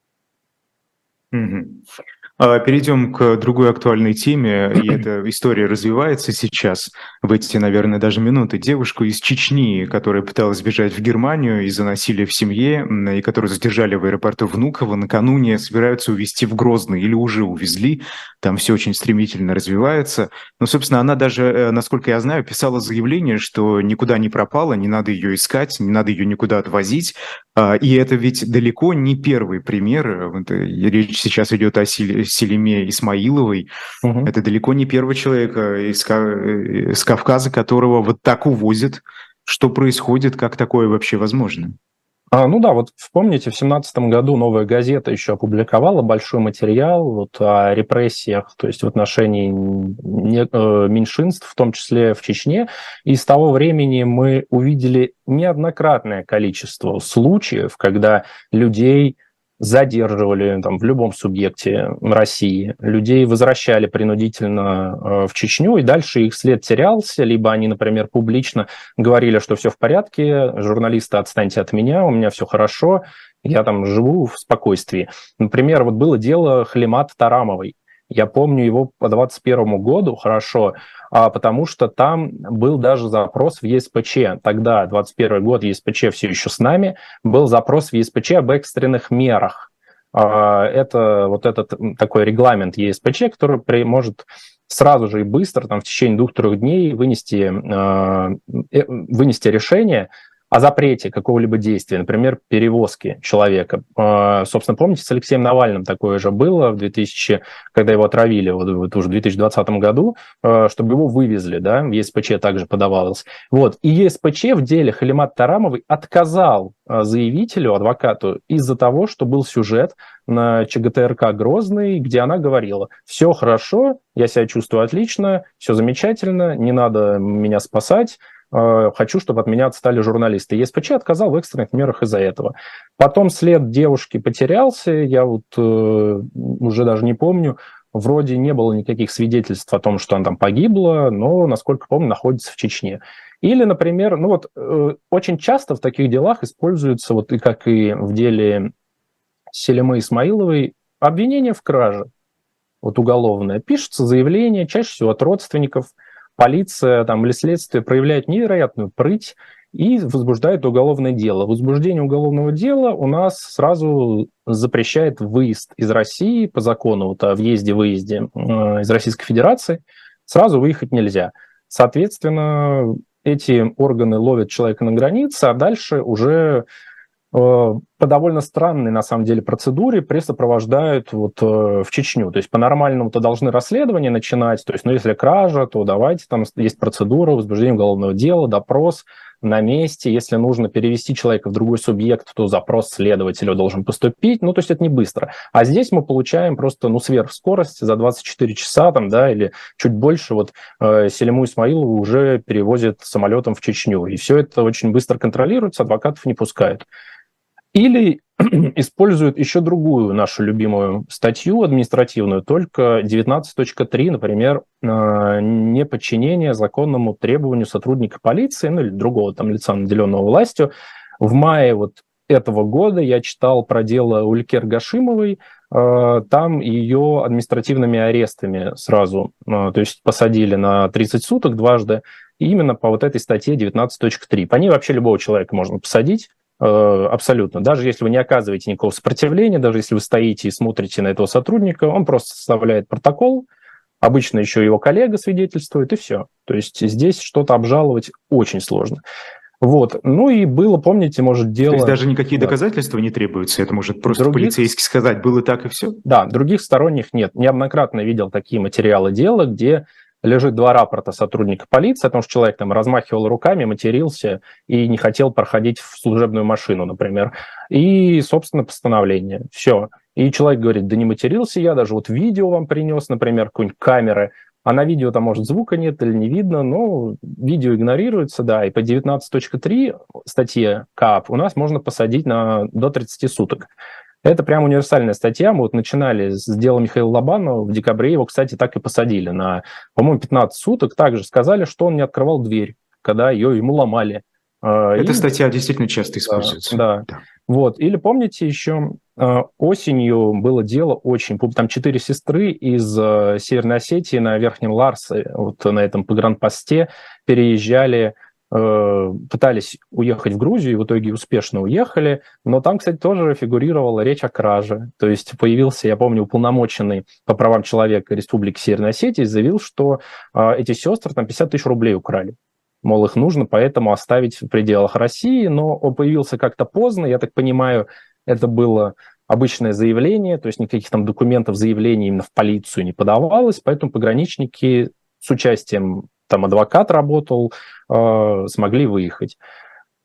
Перейдем к другой актуальной теме, и эта история развивается сейчас, в эти, наверное, даже минуты. Девушку из Чечни, которая пыталась бежать в Германию из-за насилия в семье, и которую задержали в аэропорту Внуково, накануне собираются увезти в Грозный, или уже увезли, там все очень стремительно развивается. Но, собственно, она даже, насколько я знаю, писала заявление, что никуда не пропала, не надо ее искать, не надо ее никуда отвозить. И это ведь далеко не первый пример. Речь сейчас идет о Селиме Исмаиловой. Это далеко не первый человек с Кавказа, которого вот так увозят. Что происходит? Как такое вообще возможно? Ну да, вот вспомните, в 2017 году «Новая газета» еще опубликовала большой материал вот о репрессиях, то есть в отношении меньшинств, в том числе в Чечне. И с того времени мы увидели неоднократное количество случаев, когда людей задерживали там, в любом субъекте России, людей возвращали принудительно в Чечню, и дальше их след терялся, либо они, например, публично говорили, что все в порядке, журналисты, отстаньте от меня, у меня все хорошо, я там живу в спокойствии. Например, вот было дело Халимат Тарамовой. Я помню его по 2021 году хорошо, потому что там был даже запрос в ЕСПЧ. Тогда, 2021 год, ЕСПЧ все еще с нами, был запрос в ЕСПЧ об экстренных мерах. Это вот этот такой регламент ЕСПЧ, который может сразу же и быстро, там, в течение 2-3 дней вынести решение о запрете какого-либо действия, например, перевозки человека. Собственно, помните, с Алексеем Навальным такое же было когда его отравили вот уже в 2020 году, чтобы его вывезли, да, ЕСПЧ также подавалось. Вот. И ЕСПЧ в деле Халимат Тарамовой отказал заявителю, адвокату, из-за того, что был сюжет на ЧГТРК «Грозный», где она говорила: все хорошо, я себя чувствую отлично, все замечательно, не надо меня спасать, хочу, чтобы от меня отстали журналисты. ЕСПЧ отказал в экстренных мерах из-за этого. Потом след девушки потерялся, я вот уже даже не помню, вроде не было никаких свидетельств о том, что она там погибла, но, насколько помню, находится в Чечне. Или, например, очень часто в таких делах используется, вот и как и в деле Селимы Исмаиловой, обвинение в краже. Вот уголовное. Пишется заявление, чаще всего от родственников. Полиция там, или следствие проявляет невероятную прыть и возбуждает уголовное дело. Возбуждение уголовного дела у нас сразу запрещает выезд из России по закону вот о въезде-выезде из Российской Федерации. Сразу выехать нельзя. Соответственно, эти органы ловят человека на границе, а дальше уже по довольно странной, на самом деле, процедуре пресопровождают вот в Чечню. То есть по-нормальному-то должны расследование начинать. То есть, если кража, то давайте, там есть процедура возбуждения уголовного дела, допрос на месте. Если нужно перевести человека в другой субъект, то запрос следователя должен поступить. То есть это не быстро. А здесь мы получаем просто, сверхскорость за 24 часа, там, да, или чуть больше. Вот Селиму Исмаилову уже перевозят самолетом в Чечню. И все это очень быстро контролируется, адвокатов не пускают. Или используют еще другую нашу любимую статью административную, только 19.3, например, неподчинение законному требованию сотрудника полиции, или другого там лица, наделенного властью. В мае вот этого года я читал про дело Улькер Гашимовой, там ее административными арестами сразу, то есть посадили на 30 суток дважды, именно по вот этой статье 19.3. По ней вообще любого человека можно посадить. Абсолютно. Даже если вы не оказываете никакого сопротивления, даже если вы стоите и смотрите на этого сотрудника, он просто составляет протокол, обычно еще его коллега свидетельствует, и все. То есть здесь что-то обжаловать очень сложно. Вот. И было, помните, может, дело... То есть даже никакие доказательства не требуются? Это может просто полицейский сказать, было так и все? Да, других сторонних нет. Неоднократно видел такие материалы дела, где лежит 2 рапорта сотрудника полиции о том, что человек там размахивал руками, матерился и не хотел проходить в служебную машину, например. И, собственно, постановление. Все. И человек говорит: да не матерился я, даже вот видео вам принес, например, какой-нибудь камеры, а на видео там, может, звука нет или не видно, но видео игнорируется, да, и по 19.3 статье КАП у нас можно посадить до 30 суток. Это прям универсальная статья. Мы вот начинали с дела Михаила Лобанова в декабре. Его, кстати, так и посадили на, по-моему, 15 суток. Также сказали, что он не открывал дверь, когда ему ломали. Эта статья действительно часто используется. Да. Вот. Или помните еще осенью было дело очень... Там 4 сестры из Северной Осетии на Верхнем Ларсе, вот на этом погранпосте, переезжали, пытались уехать в Грузию, и в итоге успешно уехали, но там, кстати, тоже фигурировала речь о краже. То есть появился, я помню, уполномоченный по правам человека Республики Северной Осетии, заявил, что эти сестры там 50 тысяч рублей украли. Мол, их нужно поэтому оставить в пределах России, но он появился как-то поздно, я так понимаю, это было обычное заявление, то есть никаких там документов, заявлений именно в полицию не подавалось, поэтому пограничники с участием, там адвокат работал, смогли выехать.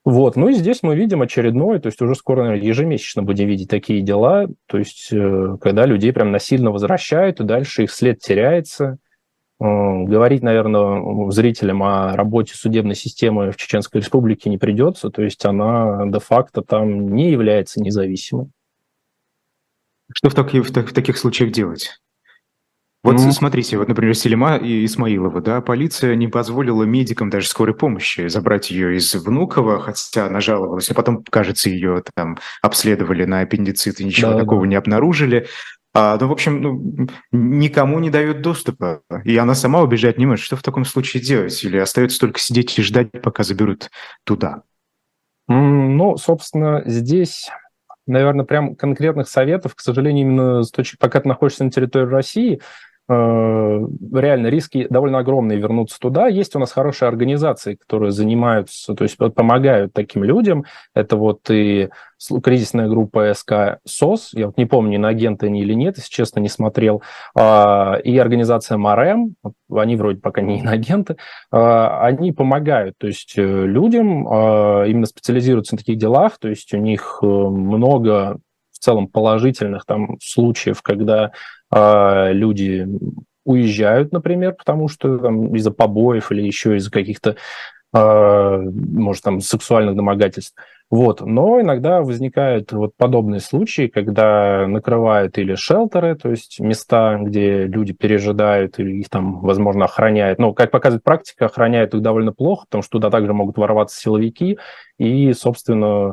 Вот, ну и здесь мы видим очередное, то есть уже скоро, наверное, ежемесячно будем видеть такие дела, то есть когда людей прям насильно возвращают, и дальше их след теряется. Говорить, наверное, зрителям о работе судебной системы в Чеченской Республике не придется, то есть она де-факто там не является независимой. Что в таких случаях делать? Вот смотрите, вот, например, Селима и Исмаилова, да, полиция не позволила медикам даже скорой помощи забрать ее из Внуково, хотя она жаловалась, а потом, кажется, ее там обследовали на аппендицит и ничего Да, такого да. не обнаружили. Ну, в общем, ну, никому не дают доступа, и она сама убежать не может. Что в таком случае делать? Или остается только сидеть и ждать, пока заберут туда? Ну, собственно, здесь, наверное, прям конкретных советов, к сожалению, именно пока ты находишься на территории России, реально риски довольно огромные вернуться туда. Есть у нас хорошие организации, которые занимаются, то есть помогают таким людям. Это вот и кризисная группа СК СОС, я вот не помню, иноагенты они или нет, если честно, не смотрел, и организация МАРЭМ, они вроде пока не иноагенты, они помогают, то есть людям, именно специализируются на таких делах, то есть у них много в целом положительных там случаев, когда люди уезжают, например, потому что там, из-за побоев или еще из-за каких-то, может, там, сексуальных домогательств. Вот. Но иногда возникают вот подобные случаи, когда накрывают или шелтеры, то есть места, где люди пережидают, или их там, возможно, охраняют. Ну, как показывает практика, охраняют их довольно плохо, потому что туда также могут ворваться силовики и, собственно,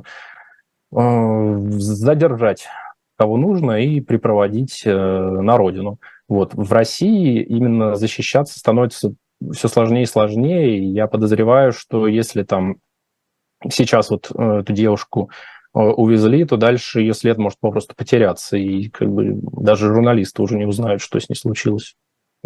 задержать кого нужно и припроводить на родину. Вот. В России именно защищаться становится все сложнее и сложнее. И я подозреваю, что если там сейчас вот эту девушку увезли, то дальше ее след может попросту потеряться. И как бы даже журналисты уже не узнают, что с ней случилось.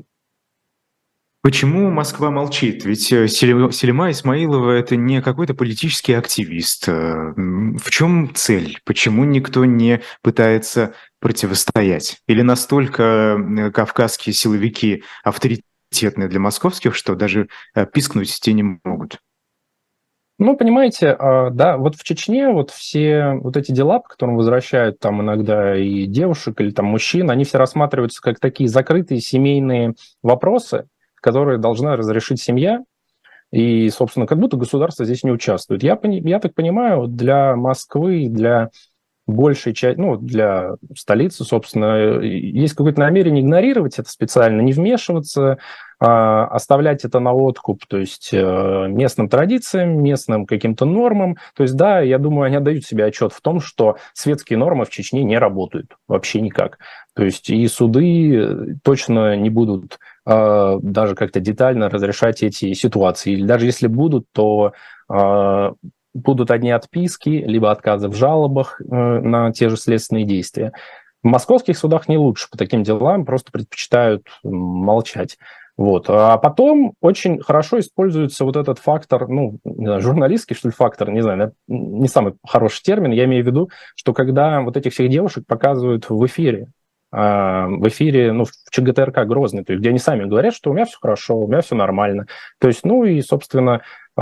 Почему Москва молчит? Ведь Селима Исмаилова – это не какой-то политический активист. В чем цель? Почему никто не пытается противостоять? Или настолько кавказские силовики авторитетны для московских, что даже пискнуть те не могут? Ну, понимаете, да, вот в Чечне вот все вот эти дела, по которым возвращают там иногда и девушек или там мужчин, они все рассматриваются как такие закрытые семейные вопросы, которые должна разрешить семья, и, собственно, как будто государство здесь не участвует. Я так понимаю, для Москвы, для большей части, ну, для столицы, собственно, есть какое-то намерение игнорировать это специально, не вмешиваться, оставлять это на откуп, то есть местным традициям, местным каким-то нормам. То есть, да, я думаю, они отдают себе отчет в том, что светские нормы в Чечне не работают вообще никак. То есть и суды точно не будут даже как-то детально разрешать эти ситуации. Или даже если будут, то будут одни отписки, либо отказы в жалобах на те же следственные действия. В московских судах не лучше по таким делам, просто предпочитают молчать. Вот. А потом очень хорошо используется вот этот фактор, ну, не знаю, журналистский, что ли, фактор, не знаю, не самый хороший термин, я имею в виду, что когда вот этих всех девушек показывают в эфире, ну, в ЧГТРК Грозный, то есть где они сами говорят, что у меня все хорошо, у меня все нормально. То есть, ну и, собственно,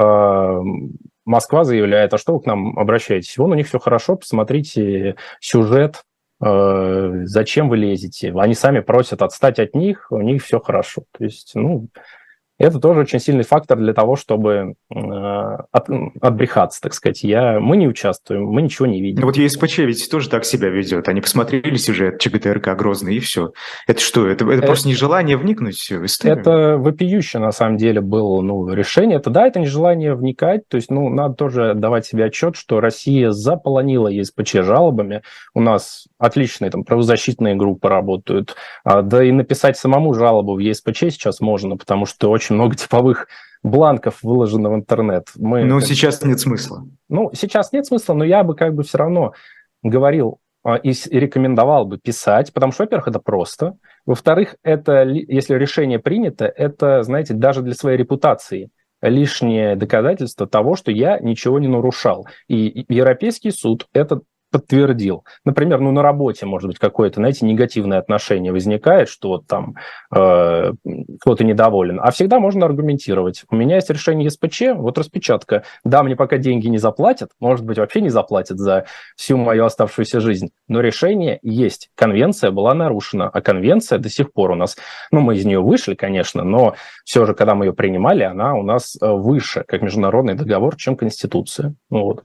Москва заявляет, а что вы к нам обращаетесь? Вон у них все хорошо, посмотрите сюжет, зачем вы лезете? Они сами просят отстать от них, у них все хорошо. То есть, ну, это тоже очень сильный фактор для того, чтобы отбрехаться, так сказать. Мы не участвуем, мы ничего не видим. Вот ЕСПЧ ведь тоже так себя ведет. Они посмотрели сюжет ЧГТРК Грозный, и все. Это что? Это просто нежелание вникнуть в историю? Это вопиюще, на самом деле, было решение. Это нежелание вникать. То есть, надо тоже давать себе отчет, что Россия заполонила ЕСПЧ жалобами. У нас отличные там правозащитные группы работают. Да и написать самому жалобу в ЕСПЧ сейчас можно, потому что очень много типовых бланков выложено в интернет. Сейчас нет смысла. Сейчас нет смысла, но я бы все равно говорил и рекомендовал бы писать, потому что, во-первых, это просто. Во-вторых, это, если решение принято, это, знаете, даже для своей репутации лишнее доказательство того, что я ничего не нарушал. И Европейский суд это подтвердил. Например, на работе, может быть, какое-то, знаете, негативное отношение возникает, что вот там кто-то недоволен. А всегда можно аргументировать. У меня есть решение ЕСПЧ, вот распечатка. Да, мне пока деньги не заплатят, может быть, вообще не заплатят за всю мою оставшуюся жизнь, но решение есть. Конвенция была нарушена, а конвенция до сих пор у нас, мы из нее вышли, конечно, но все же, когда мы ее принимали, она у нас выше, как международный договор, чем Конституция. Вот.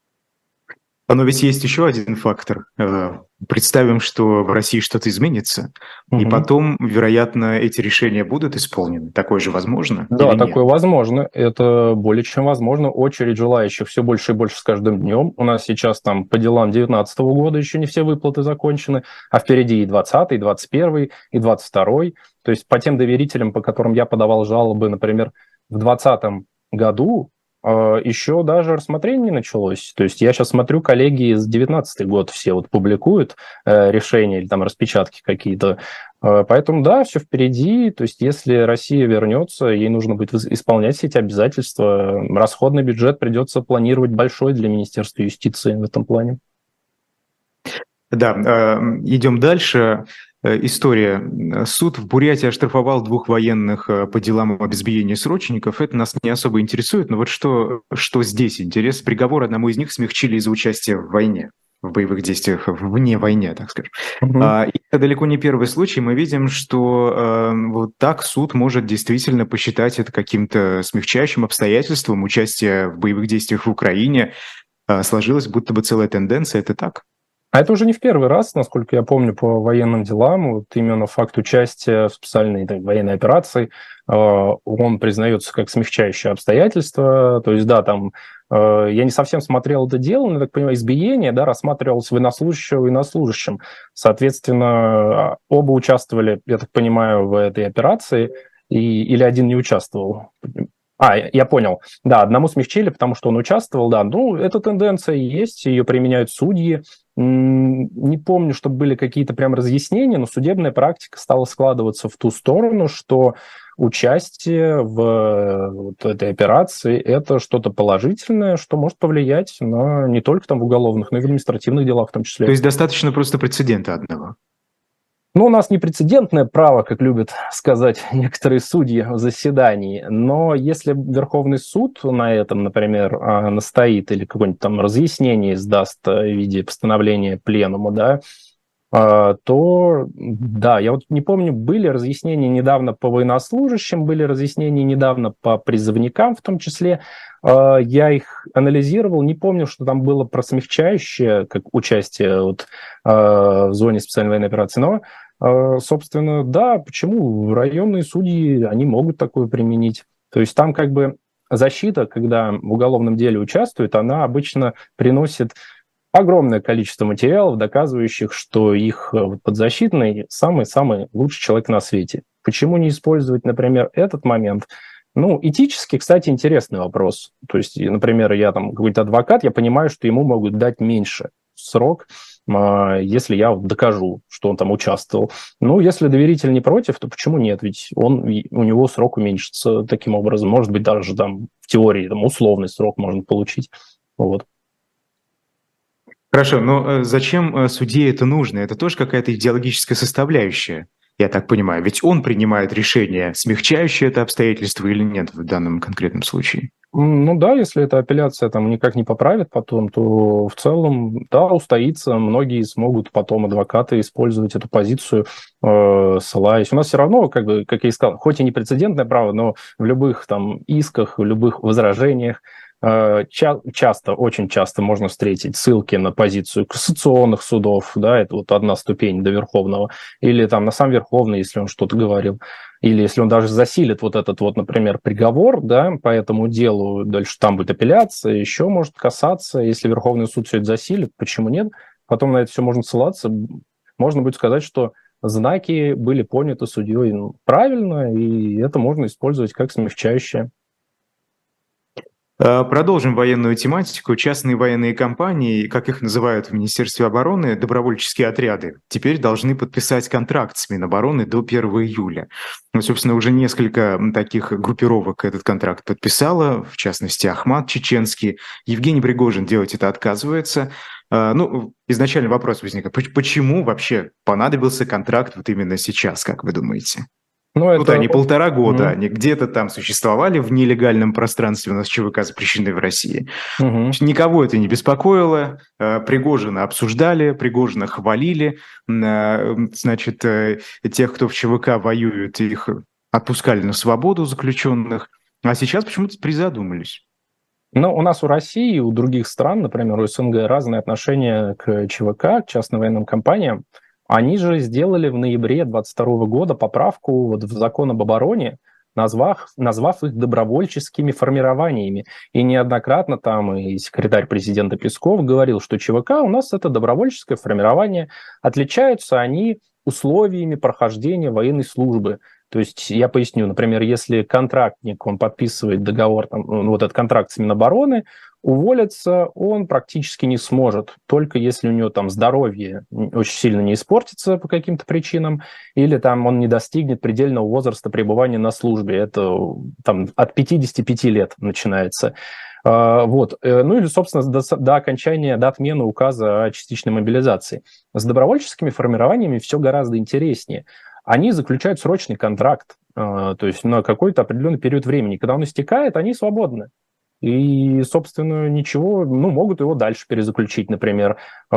Но ведь есть еще один фактор. Представим, что в России что-то изменится, и потом, вероятно, эти решения будут исполнены. Такое же возможно Да, или нет? такое возможно. Это более чем возможно. Очередь желающих все больше и больше с каждым днем. У нас сейчас там по делам 2019 года еще не все выплаты закончены, а впереди и 2020, и 2021, и 2022. То есть по тем доверителям, по которым я подавал жалобы, например, в 2020 году, еще даже рассмотрение не началось. То есть я сейчас смотрю, коллеги за 19 год все вот публикуют решения или там распечатки какие-то. Поэтому да, все впереди. То есть если Россия вернется, ей нужно будет исполнять все эти обязательства. Расходный бюджет придется планировать большой для Министерства юстиции в этом плане. Да, идем дальше. История. Суд в Бурятии оштрафовал 2 военных по делам об избиении срочников. Это нас не особо интересует, но вот что здесь интересно. Приговор одному из них смягчили из-за участия в войне, в боевых действиях вне войны, так скажем. И это далеко не первый случай. Мы видим, что вот так суд может действительно посчитать это каким-то смягчающим обстоятельством участия в боевых действиях в Украине. Сложилась будто бы целая тенденция. Это так? А это уже не в первый раз, насколько я помню, по военным делам. Вот именно факт участия в специальной военной операции, он признается как смягчающее обстоятельство. То есть, да, там, я не совсем смотрел это дело, но, я так понимаю, избиение, да, рассматривалось военнослужащим. Соответственно, оба участвовали, я так понимаю, в этой операции, или один не участвовал. Я понял. Да, одному смягчили, потому что он участвовал, да. Эта тенденция есть, ее применяют судьи. Не помню, чтобы были какие-то прям разъяснения, но судебная практика стала складываться в ту сторону, что участие в вот этой операции – это что-то положительное, что может повлиять на не только там в уголовных, но и в административных делах в том числе. То есть достаточно просто прецедента одного? У нас не прецедентное право, как любят сказать некоторые судьи в заседании, но если Верховный суд на этом, например, настоит или какое-нибудь там разъяснение издаст в виде постановления пленума, да, то, да, я вот не помню, были разъяснения недавно по военнослужащим, были разъяснения недавно по призывникам в том числе. Я их анализировал, не помню, что там было про смягчающее, как участие в зоне специальной военной операции, но, собственно, да, почему районные судьи, они могут такое применить. То есть там как бы защита, когда в уголовном деле участвует, она обычно приносит огромное количество материалов, доказывающих, что их подзащитный самый-самый лучший человек на свете. Почему не использовать, например, этот момент? Этически, кстати, интересный вопрос. То есть, например, я там какой-то адвокат, я понимаю, что ему могут дать меньше срок, если я докажу, что он там участвовал. Если доверитель не против, то почему нет? Ведь у него срок уменьшится таким образом. Может быть, даже там в теории условный срок можно получить. Вот. Хорошо, но зачем судье это нужно? Это тоже какая-то идеологическая составляющая, я так понимаю. Ведь он принимает решение, смягчающее это обстоятельство или нет в данном конкретном случае. Да, если эта апелляция там никак не поправит потом, то в целом, да, устоится. Многие смогут потом, адвокаты, использовать эту позицию, ссылаясь. У нас все равно, как я и сказал, хоть и не прецедентное право, но в любых там исках, в любых возражениях очень часто можно встретить ссылки на позицию кассационных судов, да, это одна ступень до Верховного, или там на сам Верховный, если он что-то говорил, или если он даже засилит этот например, приговор, да, по этому делу, дальше там будет апелляция, еще может касаться, если Верховный суд все это засилит, почему нет? Потом на это все можно ссылаться, можно будет сказать, что знаки были поняты судьей правильно, и это можно использовать как смягчающее. Продолжим военную тематику. Частные военные компании, как их называют в Министерстве обороны, добровольческие отряды, теперь должны подписать контракт с Минобороны до 1 июля. Ну, собственно, уже несколько таких группировок этот контракт подписало, в частности, Ахмат чеченский. Евгений Пригожин делать это отказывается. Ну, изначально вопрос возник, почему вообще понадобился контракт вот именно сейчас, как вы думаете? Ну, Тут это... они 1,5 года, Мгм. они где-то там существовали в нелегальном пространстве, у нас ЧВК запрещены в России. Мгм. Никого это не беспокоило, Пригожина обсуждали, Пригожина хвалили, значит, тех, кто в ЧВК воюет, их отпускали на свободу заключенных, а сейчас почему-то призадумались. Ну, у нас у России и у других стран, например, у СНГ, разные отношения к ЧВК, к частным военным компаниям. Они же сделали в ноябре 2022 года поправку вот в закон об обороне, назвав их добровольческими формированиями. И неоднократно там и секретарь президента Песков говорил, что ЧВК у нас это добровольческое формирование. Отличаются они условиями прохождения военной службы. То есть я поясню, например, если контрактник, он подписывает договор, там, ну, вот этот контракт с Минобороны, уволиться он практически не сможет, только если у него там здоровье очень сильно не испортится по каким-то причинам, или там он не достигнет предельного возраста пребывания на службе. Это там от 55 лет начинается. Вот. Ну или, собственно, до окончания, до отмены указа о частичной мобилизации. С добровольческими формированиями все гораздо интереснее. Они заключают срочный контракт, то есть на какой-то определенный период времени. Когда он истекает, они свободны. И, собственно, ничего, ну, могут его дальше перезаключить, например.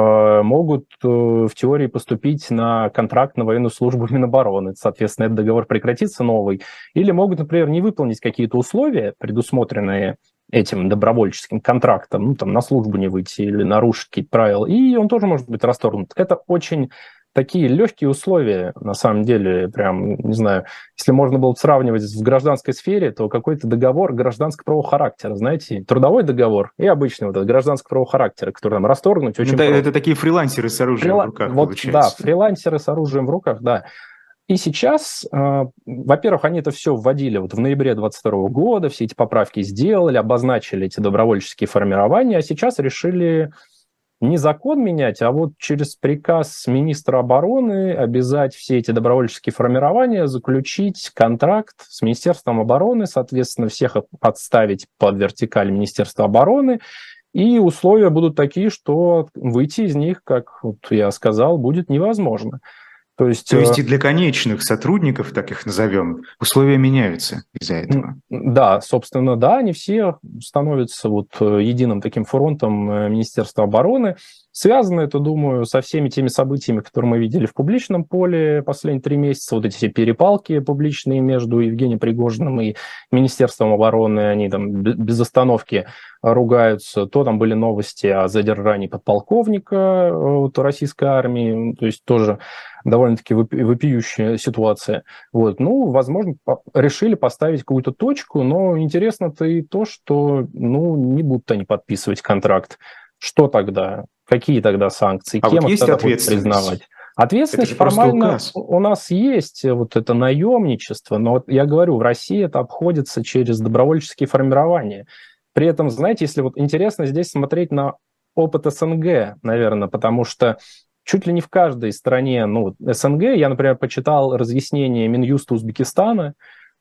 Могут в теории поступить на контракт на военную службу Минобороны. Соответственно, этот договор прекратится новый. Или могут, например, не выполнить какие-то условия, предусмотренные этим добровольческим контрактом, ну, там, на службу не выйти или нарушить какие-то правила, и он тоже может быть расторгнут. Это очень такие легкие условия, на самом деле, прям, не знаю, если можно было сравнивать в гражданской сфере, то какой-то договор гражданского правового характера, знаете, трудовой договор и обычный вот этот гражданского правового характера, который там расторгнуть очень Это просто. такие фрилансеры с оружием в руках, Вот, да, получается. фрилансеры с оружием в руках, да. И сейчас, во-первых, они это все вводили вот в ноябре 2022 года, все эти поправки сделали, обозначили эти добровольческие формирования, а сейчас решили не закон менять, а вот через приказ министра обороны обязать все эти добровольческие формирования заключить контракт с Министерством обороны, соответственно, всех отставить под вертикаль Министерства обороны, и условия будут такие, что выйти из них, как вот я сказал, будет невозможно. То есть, То есть и для конечных сотрудников, так их назовем, условия меняются из-за этого. да, собственно, да, они все становятся вот единым таким фронтом Министерства обороны. Связано это, думаю, со всеми теми событиями, которые мы видели в публичном поле последние 3 месяца. Вот эти все перепалки публичные между Евгением Пригожиным и Министерством обороны, они там без остановки ругаются. То там были новости о задержании подполковника вот, российской армии, то есть тоже довольно-таки вопиющая ситуация. Вот. Ну, возможно, решили поставить какую-то точку, но интересно-то и то, что ну, не будут они подписывать контракт. Что тогда? Какие тогда санкции? А вот Кем их есть тогда будут ответственность? признавать? Это Ответственность же просто формально указ. у нас есть, вот это наемничество, но вот я говорю, в России это обходится через добровольческие формирования. При этом, знаете, если вот интересно здесь смотреть на опыт СНГ, наверное, потому что чуть ли не в каждой стране, ну, СНГ, я, например, почитал разъяснение Минюста Узбекистана,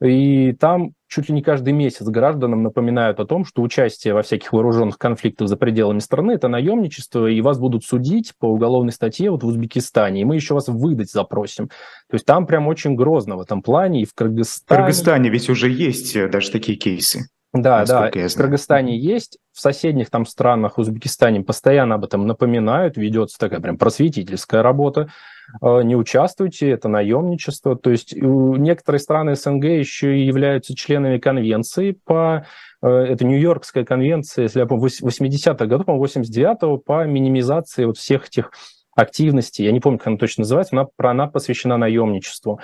и там чуть ли не каждый месяц гражданам напоминают о том, что участие во всяких вооруженных конфликтах за пределами страны – это наемничество, и вас будут судить по уголовной статье вот в Узбекистане, и мы еще вас выдать запросим. То есть там прям очень грозно в этом плане, и в В Кыргызстане. Кыргызстане ведь уже есть даже такие кейсы, Да, да, насколько я в знаю. Кыргызстане есть, в соседних там странах, Узбекистане, постоянно об этом напоминают, ведется такая прям просветительская работа. Не участвуйте, это наемничество. То есть некоторые страны СНГ еще и являются членами конвенции по... Это Нью-Йоркская конвенция, если я помню, 80-х годов, по-моему, 89-го, по минимизации вот всех этих активностей. Я не помню, как она точно называется, она посвящена наемничеству.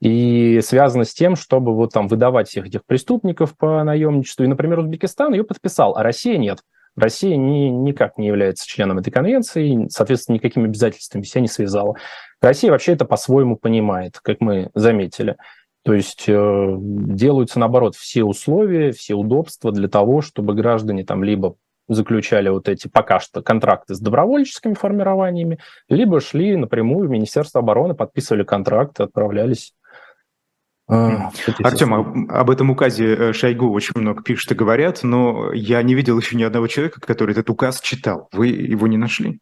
И связано с тем, чтобы вот там выдавать всех этих преступников по наемничеству. И, например, Узбекистан ее подписал, а Россия нет. Россия никак не является членом этой конвенции, соответственно, никакими обязательствами себя не связала. Россия вообще это по-своему понимает, как мы заметили. То есть делаются, наоборот, все условия, все удобства для того, чтобы граждане там либо заключали вот эти пока что контракты с добровольческими формированиями, либо шли напрямую в Министерство обороны, подписывали контракты, отправлялись. Артем, об этом указе Шойгу очень много пишут и говорят, но я не видел еще ни одного человека, который этот указ читал. Вы его не нашли?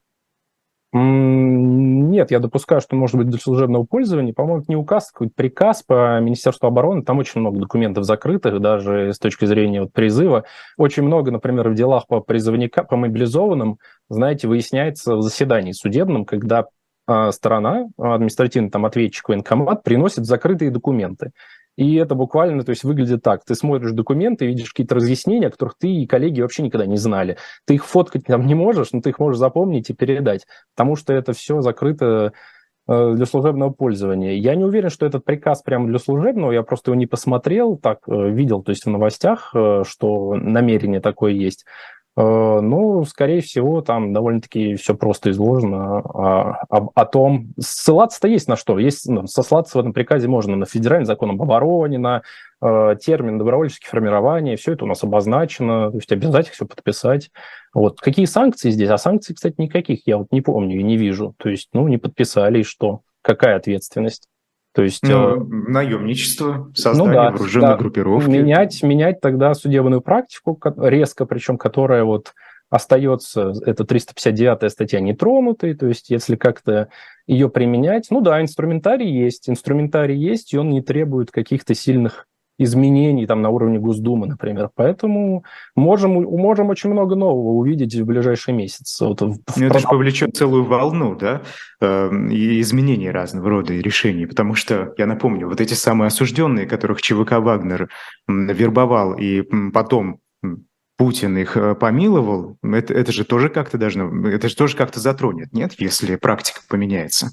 Нет, я допускаю, что может быть для служебного пользования. По-моему, это не указ, какой-то приказ по Министерству обороны. Там очень много документов закрытых, даже с точки зрения вот призыва. Очень много, например, в делах по призывникам, по мобилизованным, знаете, выясняется в заседании судебном, когда сторона, административный там ответчик, военкомат, приносит закрытые документы. И это буквально, то есть выглядит так. Ты смотришь документы, видишь какие-то разъяснения, о которых ты и коллеги вообще никогда не знали. Ты их фоткать там не можешь, но ты их можешь запомнить и передать, потому что это все закрыто для служебного пользования. Я не уверен, что этот приказ прямо для служебного, я просто его не посмотрел, так видел, то есть в новостях, что намерение такое есть. Ну, скорее всего, там довольно-таки все просто изложено о том. Ссылаться-то есть на что. Есть, сослаться в этом приказе можно на федеральный закон об обороне, на термин добровольческие формирования. Все это у нас обозначено. То есть обязательно все подписать. Вот. Какие санкции здесь? А санкций, кстати, никаких я вот не помню и не вижу. То есть, не подписали, и что? Какая ответственность? То есть, наемничество, создание вооруженной группировки. Менять тогда судебную практику резко, причем которая вот остается, это 359-я статья, нетронутой, то есть если как-то ее применять, инструментарий есть, и он не требует каких-то сильных изменений там на уровне Госдумы, например. Поэтому можем очень много нового увидеть в ближайший месяц. Это же повлечет целую волну, да, и изменений разного рода и решений, потому что, я напомню, вот эти самые осужденные, которых ЧВК «Вагнер» вербовал, и потом Путин их помиловал, это же тоже как-то затронет, нет, если практика поменяется?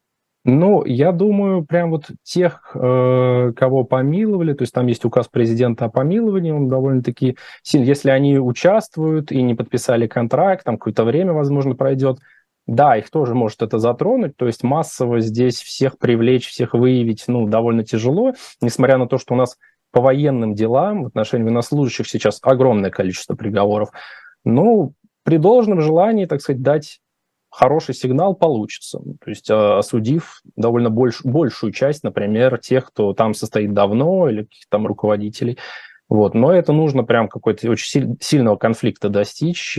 Я думаю, прям вот тех, кого помиловали, то есть там есть указ президента о помиловании, он довольно-таки сильный. Если они участвуют и не подписали контракт, там какое-то время, возможно, пройдет, да, их тоже может это затронуть, то есть массово здесь всех привлечь, всех выявить, довольно тяжело, несмотря на то, что у нас по военным делам в отношении военнослужащих сейчас огромное количество приговоров. При должном желании, так сказать, дать хороший сигнал получится. То есть осудив довольно большую часть, например, тех, кто там состоит давно, или каких-то там руководителей. Вот. Но это нужно прям какой-то очень сильного конфликта достичь,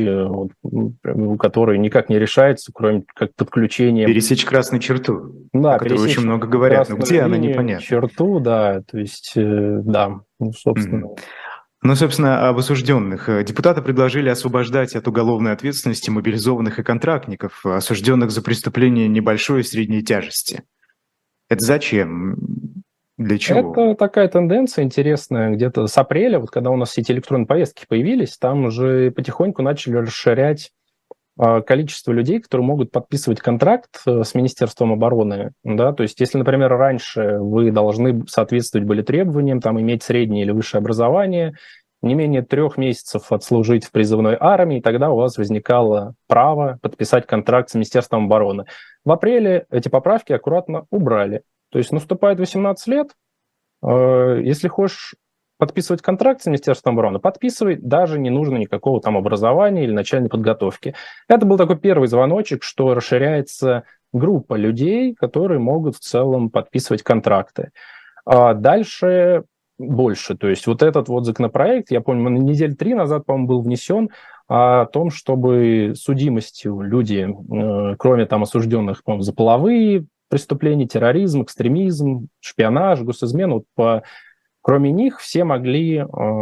который никак не решается, кроме как подключения... Пересечь красную черту, да, о которой очень много говорят, но где она, линию, непонятно. Черту, да, то есть, да, собственно... Собственно, об осужденных. Депутаты предложили освобождать от уголовной ответственности мобилизованных и контрактников, осужденных за преступления небольшой и средней тяжести. Это зачем? Для чего? Это такая тенденция интересная. Где-то с апреля, вот когда у нас все эти электронные повестки появились, там уже потихоньку начали расширять количество людей, которые могут подписывать контракт с Министерством обороны. Да? То есть, если, например, раньше вы должны соответствовать были требованиям, там, иметь среднее или высшее образование, не менее 3 месяцев отслужить в призывной армии, тогда у вас возникало право подписать контракт с Министерством обороны. В апреле эти поправки аккуратно убрали. То есть наступает 18 лет, если хочешь подписывать контракт с Министерством обороны, подписывай, даже не нужно никакого там образования или начальной подготовки. Это был такой первый звоночек, что расширяется группа людей, которые могут в целом подписывать контракты. А дальше больше. То есть вот этот вот законопроект, я помню, недели 3 назад, по-моему, был внесен о том, чтобы судимостью люди, кроме там осужденных, по-моему, за половые преступления, терроризм, экстремизм, шпионаж, госизмену, кроме них все могли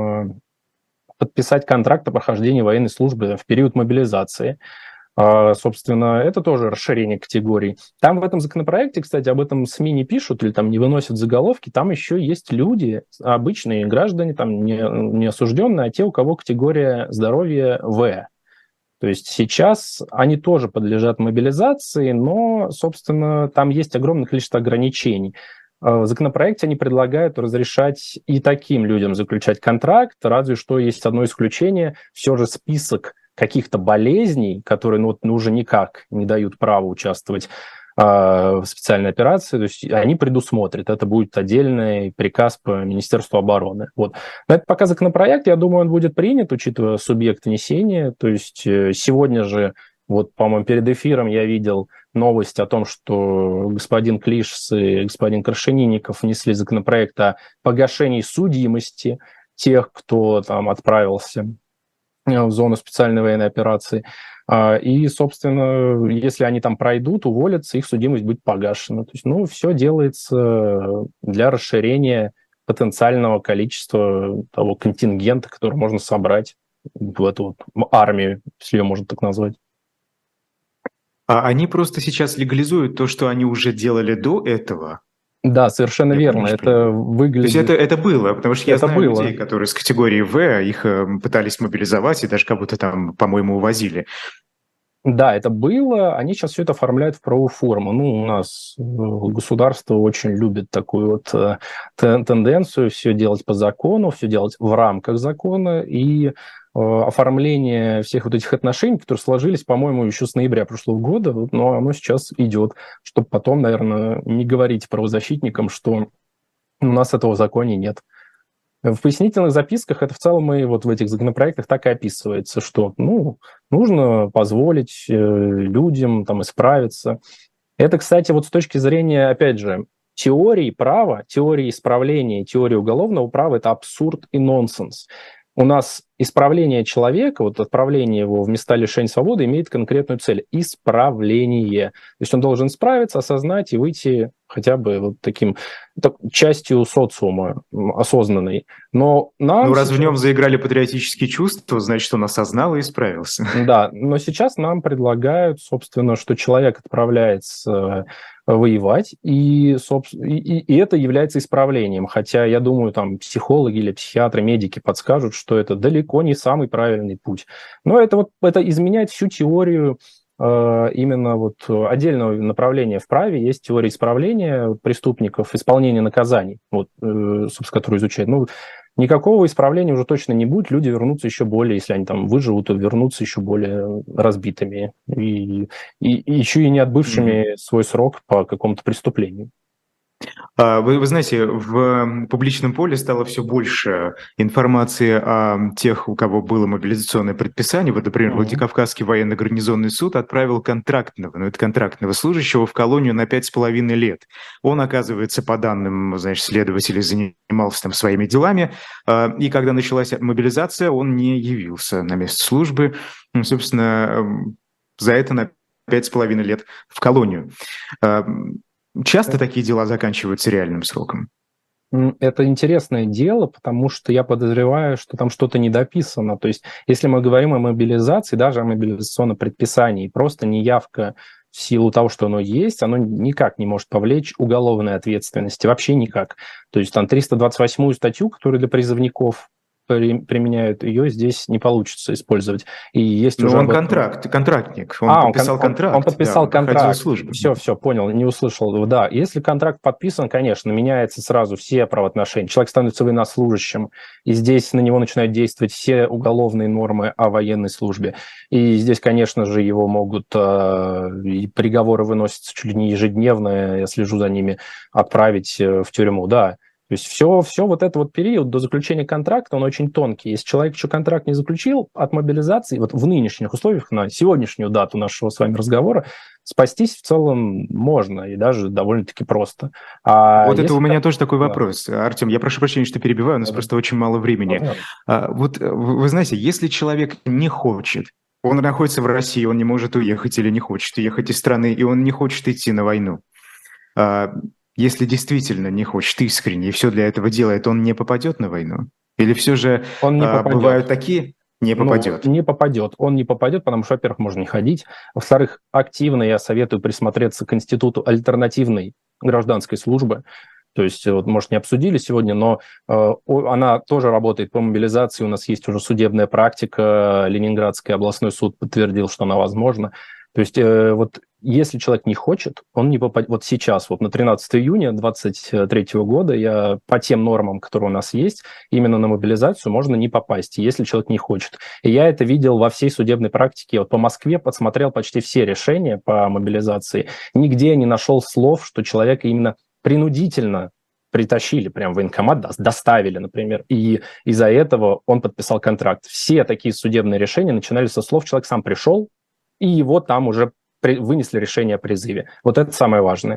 подписать контракт о прохождении военной службы в период мобилизации. Собственно, это тоже расширение категорий. Там в этом законопроекте, кстати, об этом СМИ не пишут или там не выносят заголовки, там еще есть люди, обычные граждане, там не осужденные, а те, у кого категория здоровья В. То есть сейчас они тоже подлежат мобилизации, но, собственно, там есть огромное количество ограничений. В законопроекте они предлагают разрешать и таким людям заключать контракт, разве что есть одно исключение, все же список каких-то болезней, которые уже никак не дают права участвовать специальной операции, то есть они предусмотрят, это будет отдельный приказ по Министерству обороны. Вот. Но это пока законопроект, я думаю, он будет принят, учитывая субъект внесения, то есть сегодня же, вот, по-моему, перед эфиром я видел новость о том, что господин Клишс и господин Крашенинников внесли законопроект о погашении судимости тех, кто там отправился в зону специальной военной операции. И, собственно, если они там пройдут, уволятся, их судимость будет погашена. То есть, ну, все делается для расширения потенциального количества того контингента, который можно собрать в эту вот армию, если ее можно так назвать. А они просто сейчас легализуют то, что они уже делали до этого. Да, совершенно Я верно. правильно Это понимаю? То есть выглядит... это было, потому что я Это знаю было. людей, которые с категории В, их пытались мобилизовать и даже как будто там, по-моему, увозили. Да, это было. Они сейчас все это оформляют в правовую форму. Ну, у нас государство очень любит такую вот тенденцию все делать по закону, все делать в рамках закона. И оформление всех вот этих отношений, которые сложились, по-моему, еще с ноября прошлого года, вот, но оно сейчас идет, чтобы потом, наверное, не говорить правозащитникам, что у нас этого в законе нет. В пояснительных записках это в целом и вот в этих законопроектах так и описывается, что ну, нужно позволить людям там исправиться. Это, кстати, вот с точки зрения, опять же, теории права, теории исправления, теории уголовного права – это абсурд и нонсенс. У нас исправление человека, вот отправление его в места лишения свободы имеет конкретную цель – исправление. То есть он должен справиться, осознать и выйти хотя бы вот таким частью социума осознанной. Но нам Ну, раз в сейчас... нем заиграли патриотические чувства, значит, он осознал и исправился. Да, но сейчас нам предлагают, собственно, что человек отправляется воевать, и это является исправлением. Хотя, я думаю, там психологи или психиатры, медики подскажут, что это далеко не самый правильный путь. Но это изменяет всю теорию именно вот отдельного направления в праве. Есть теория исправления преступников, исполнения наказаний, вот, собственно, которую изучают. Ну, никакого исправления уже точно не будет, люди вернутся еще более, если они там выживут, то вернутся еще более разбитыми и еще и не отбывшими свой срок по какому-то преступлению. Вы знаете, в публичном поле стало все больше информации о тех, у кого было мобилизационное предписание. Вот, например, Владикавказский военно-гарнизонный суд отправил контрактного, ну, это контрактного служащего в колонию на 5,5 лет. Он, оказывается, по данным, значит, следователей, занимался там своими делами, и когда началась мобилизация, он не явился на место службы. Ну, собственно, за это на 5,5 лет в колонию. Часто такие дела заканчиваются реальным сроком? Это интересное дело, потому что я подозреваю, что там что-то недописано. То есть, если мы говорим о мобилизации, даже о мобилизационном предписании, просто неявка в силу того, что оно есть, оно никак не может повлечь уголовной ответственности, вообще никак. То есть там 328-ю статью, которая для призывников применяют, ее здесь не получится использовать. И есть Но уже он контрактник, он подписал контракт, он подписал он проходил контракт. службу. Все, понял, не услышал. Да, если контракт подписан, конечно, меняются сразу все правоотношения. Человек становится военнослужащим, и здесь на него начинают действовать все уголовные нормы о военной службе. И здесь, конечно же, его могут, и приговоры выносятся чуть ли не ежедневно, я слежу за ними, отправить в тюрьму, да. То есть все вот этот вот период до заключения контракта, он очень тонкий. Если человек еще контракт не заключил, от мобилизации, вот в нынешних условиях, на сегодняшнюю дату нашего с вами разговора, спастись в целом можно, и даже довольно-таки просто. Вот это у меня тоже такой вопрос. Артем, я прошу прощения, что перебиваю, у нас просто очень мало времени. Вот вы знаете, если человек не хочет, он находится в России, он не может уехать или не хочет уехать из страны, и он не хочет идти на войну, если действительно не хочет искренне и все для этого делает, он не попадет на войну? Или все же он не попадет. Бывают такие? Не попадет. Ну, не попадет. Он не попадет, потому что, во-первых, можно не ходить. Во-вторых, активно я советую присмотреться к институту альтернативной гражданской службы. То есть, вот, может, не обсудили сегодня, но она тоже работает по мобилизации. У нас есть уже судебная практика. Ленинградский областной суд подтвердил, что она возможна. То есть, вот если человек не хочет, он не попадет. Вот сейчас, вот на 13 июня 2023 года, я по тем нормам, которые у нас есть, именно на мобилизацию можно не попасть, если человек не хочет. И я это видел во всей судебной практике. Вот по Москве подсмотрел почти все решения по мобилизации. Нигде я не нашел слов, что человека именно принудительно притащили прям в военкомат, доставили, например, и из-за этого он подписал контракт. Все такие судебные решения начинались со слов: человек сам пришел, и его там уже вынесли решение о призыве. Вот это самое важное,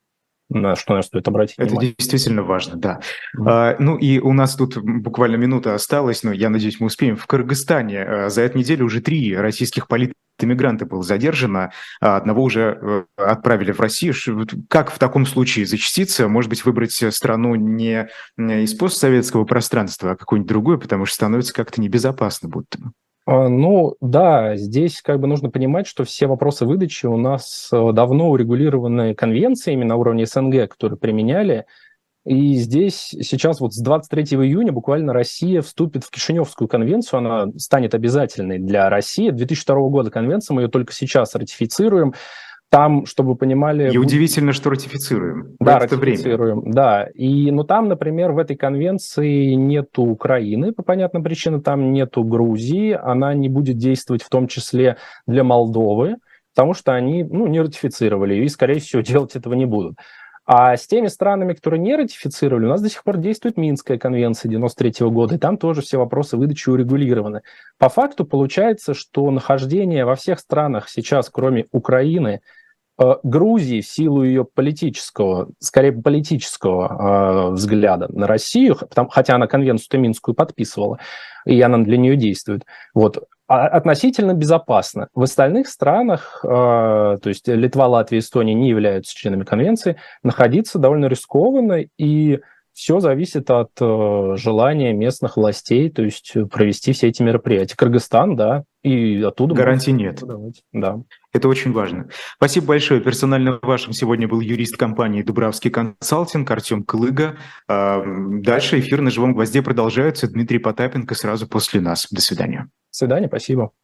на что нам стоит обратить внимание. Это действительно важно, да. Ну и у нас тут буквально минута осталась, но я надеюсь, мы успеем. В Кыргызстане за эту неделю уже 3 российских политэмигранта было задержано, одного уже отправили в Россию. Как в таком случае защититься? Может быть, выбрать страну не из постсоветского пространства, а какую-нибудь другую, потому что становится как-то небезопасно будто бы. Ну да, здесь как бы нужно понимать, что все вопросы выдачи у нас давно урегулированы конвенциями на уровне СНГ, которые применяли. И здесь сейчас вот с 23 июня буквально Россия вступит в Кишиневскую конвенцию, она станет обязательной для России. 2002 года конвенция, мы ее только сейчас ратифицируем. Там, чтобы вы понимали... И удивительно, что ратифицируем. Да, ратифицируем, да. Но там, например, в этой конвенции нету Украины, по понятным причинам, там нету Грузии, она не будет действовать в том числе для Молдовы, потому что они не ратифицировали и, скорее всего, делать этого не будут. А с теми странами, которые не ратифицировали, у нас до сих пор действует Минская конвенция 1993 года, и там тоже все вопросы выдачи урегулированы. По факту получается, что нахождение во всех странах сейчас, кроме Украины, Грузии в силу ее политического, скорее политического взгляда на Россию, хотя она конвенцию-то Минскую подписывала, и она для нее действует, относительно безопасно. В остальных странах, то есть Литва, Латвия, Эстония не являются членами конвенции, находиться довольно рискованно, и все зависит от желания местных властей, то есть провести все эти мероприятия. Кыргызстан, да, и оттуда... Гарантий нет. Да. Это очень важно. Спасибо большое. Персонально вашим сегодня был юрист компании «Дубравский консалтинг» Артем Клыга. Дальше эфир на «Живом гвозде» продолжается. Дмитрий Потапенко сразу после нас. До свидания. До свидания, спасибо.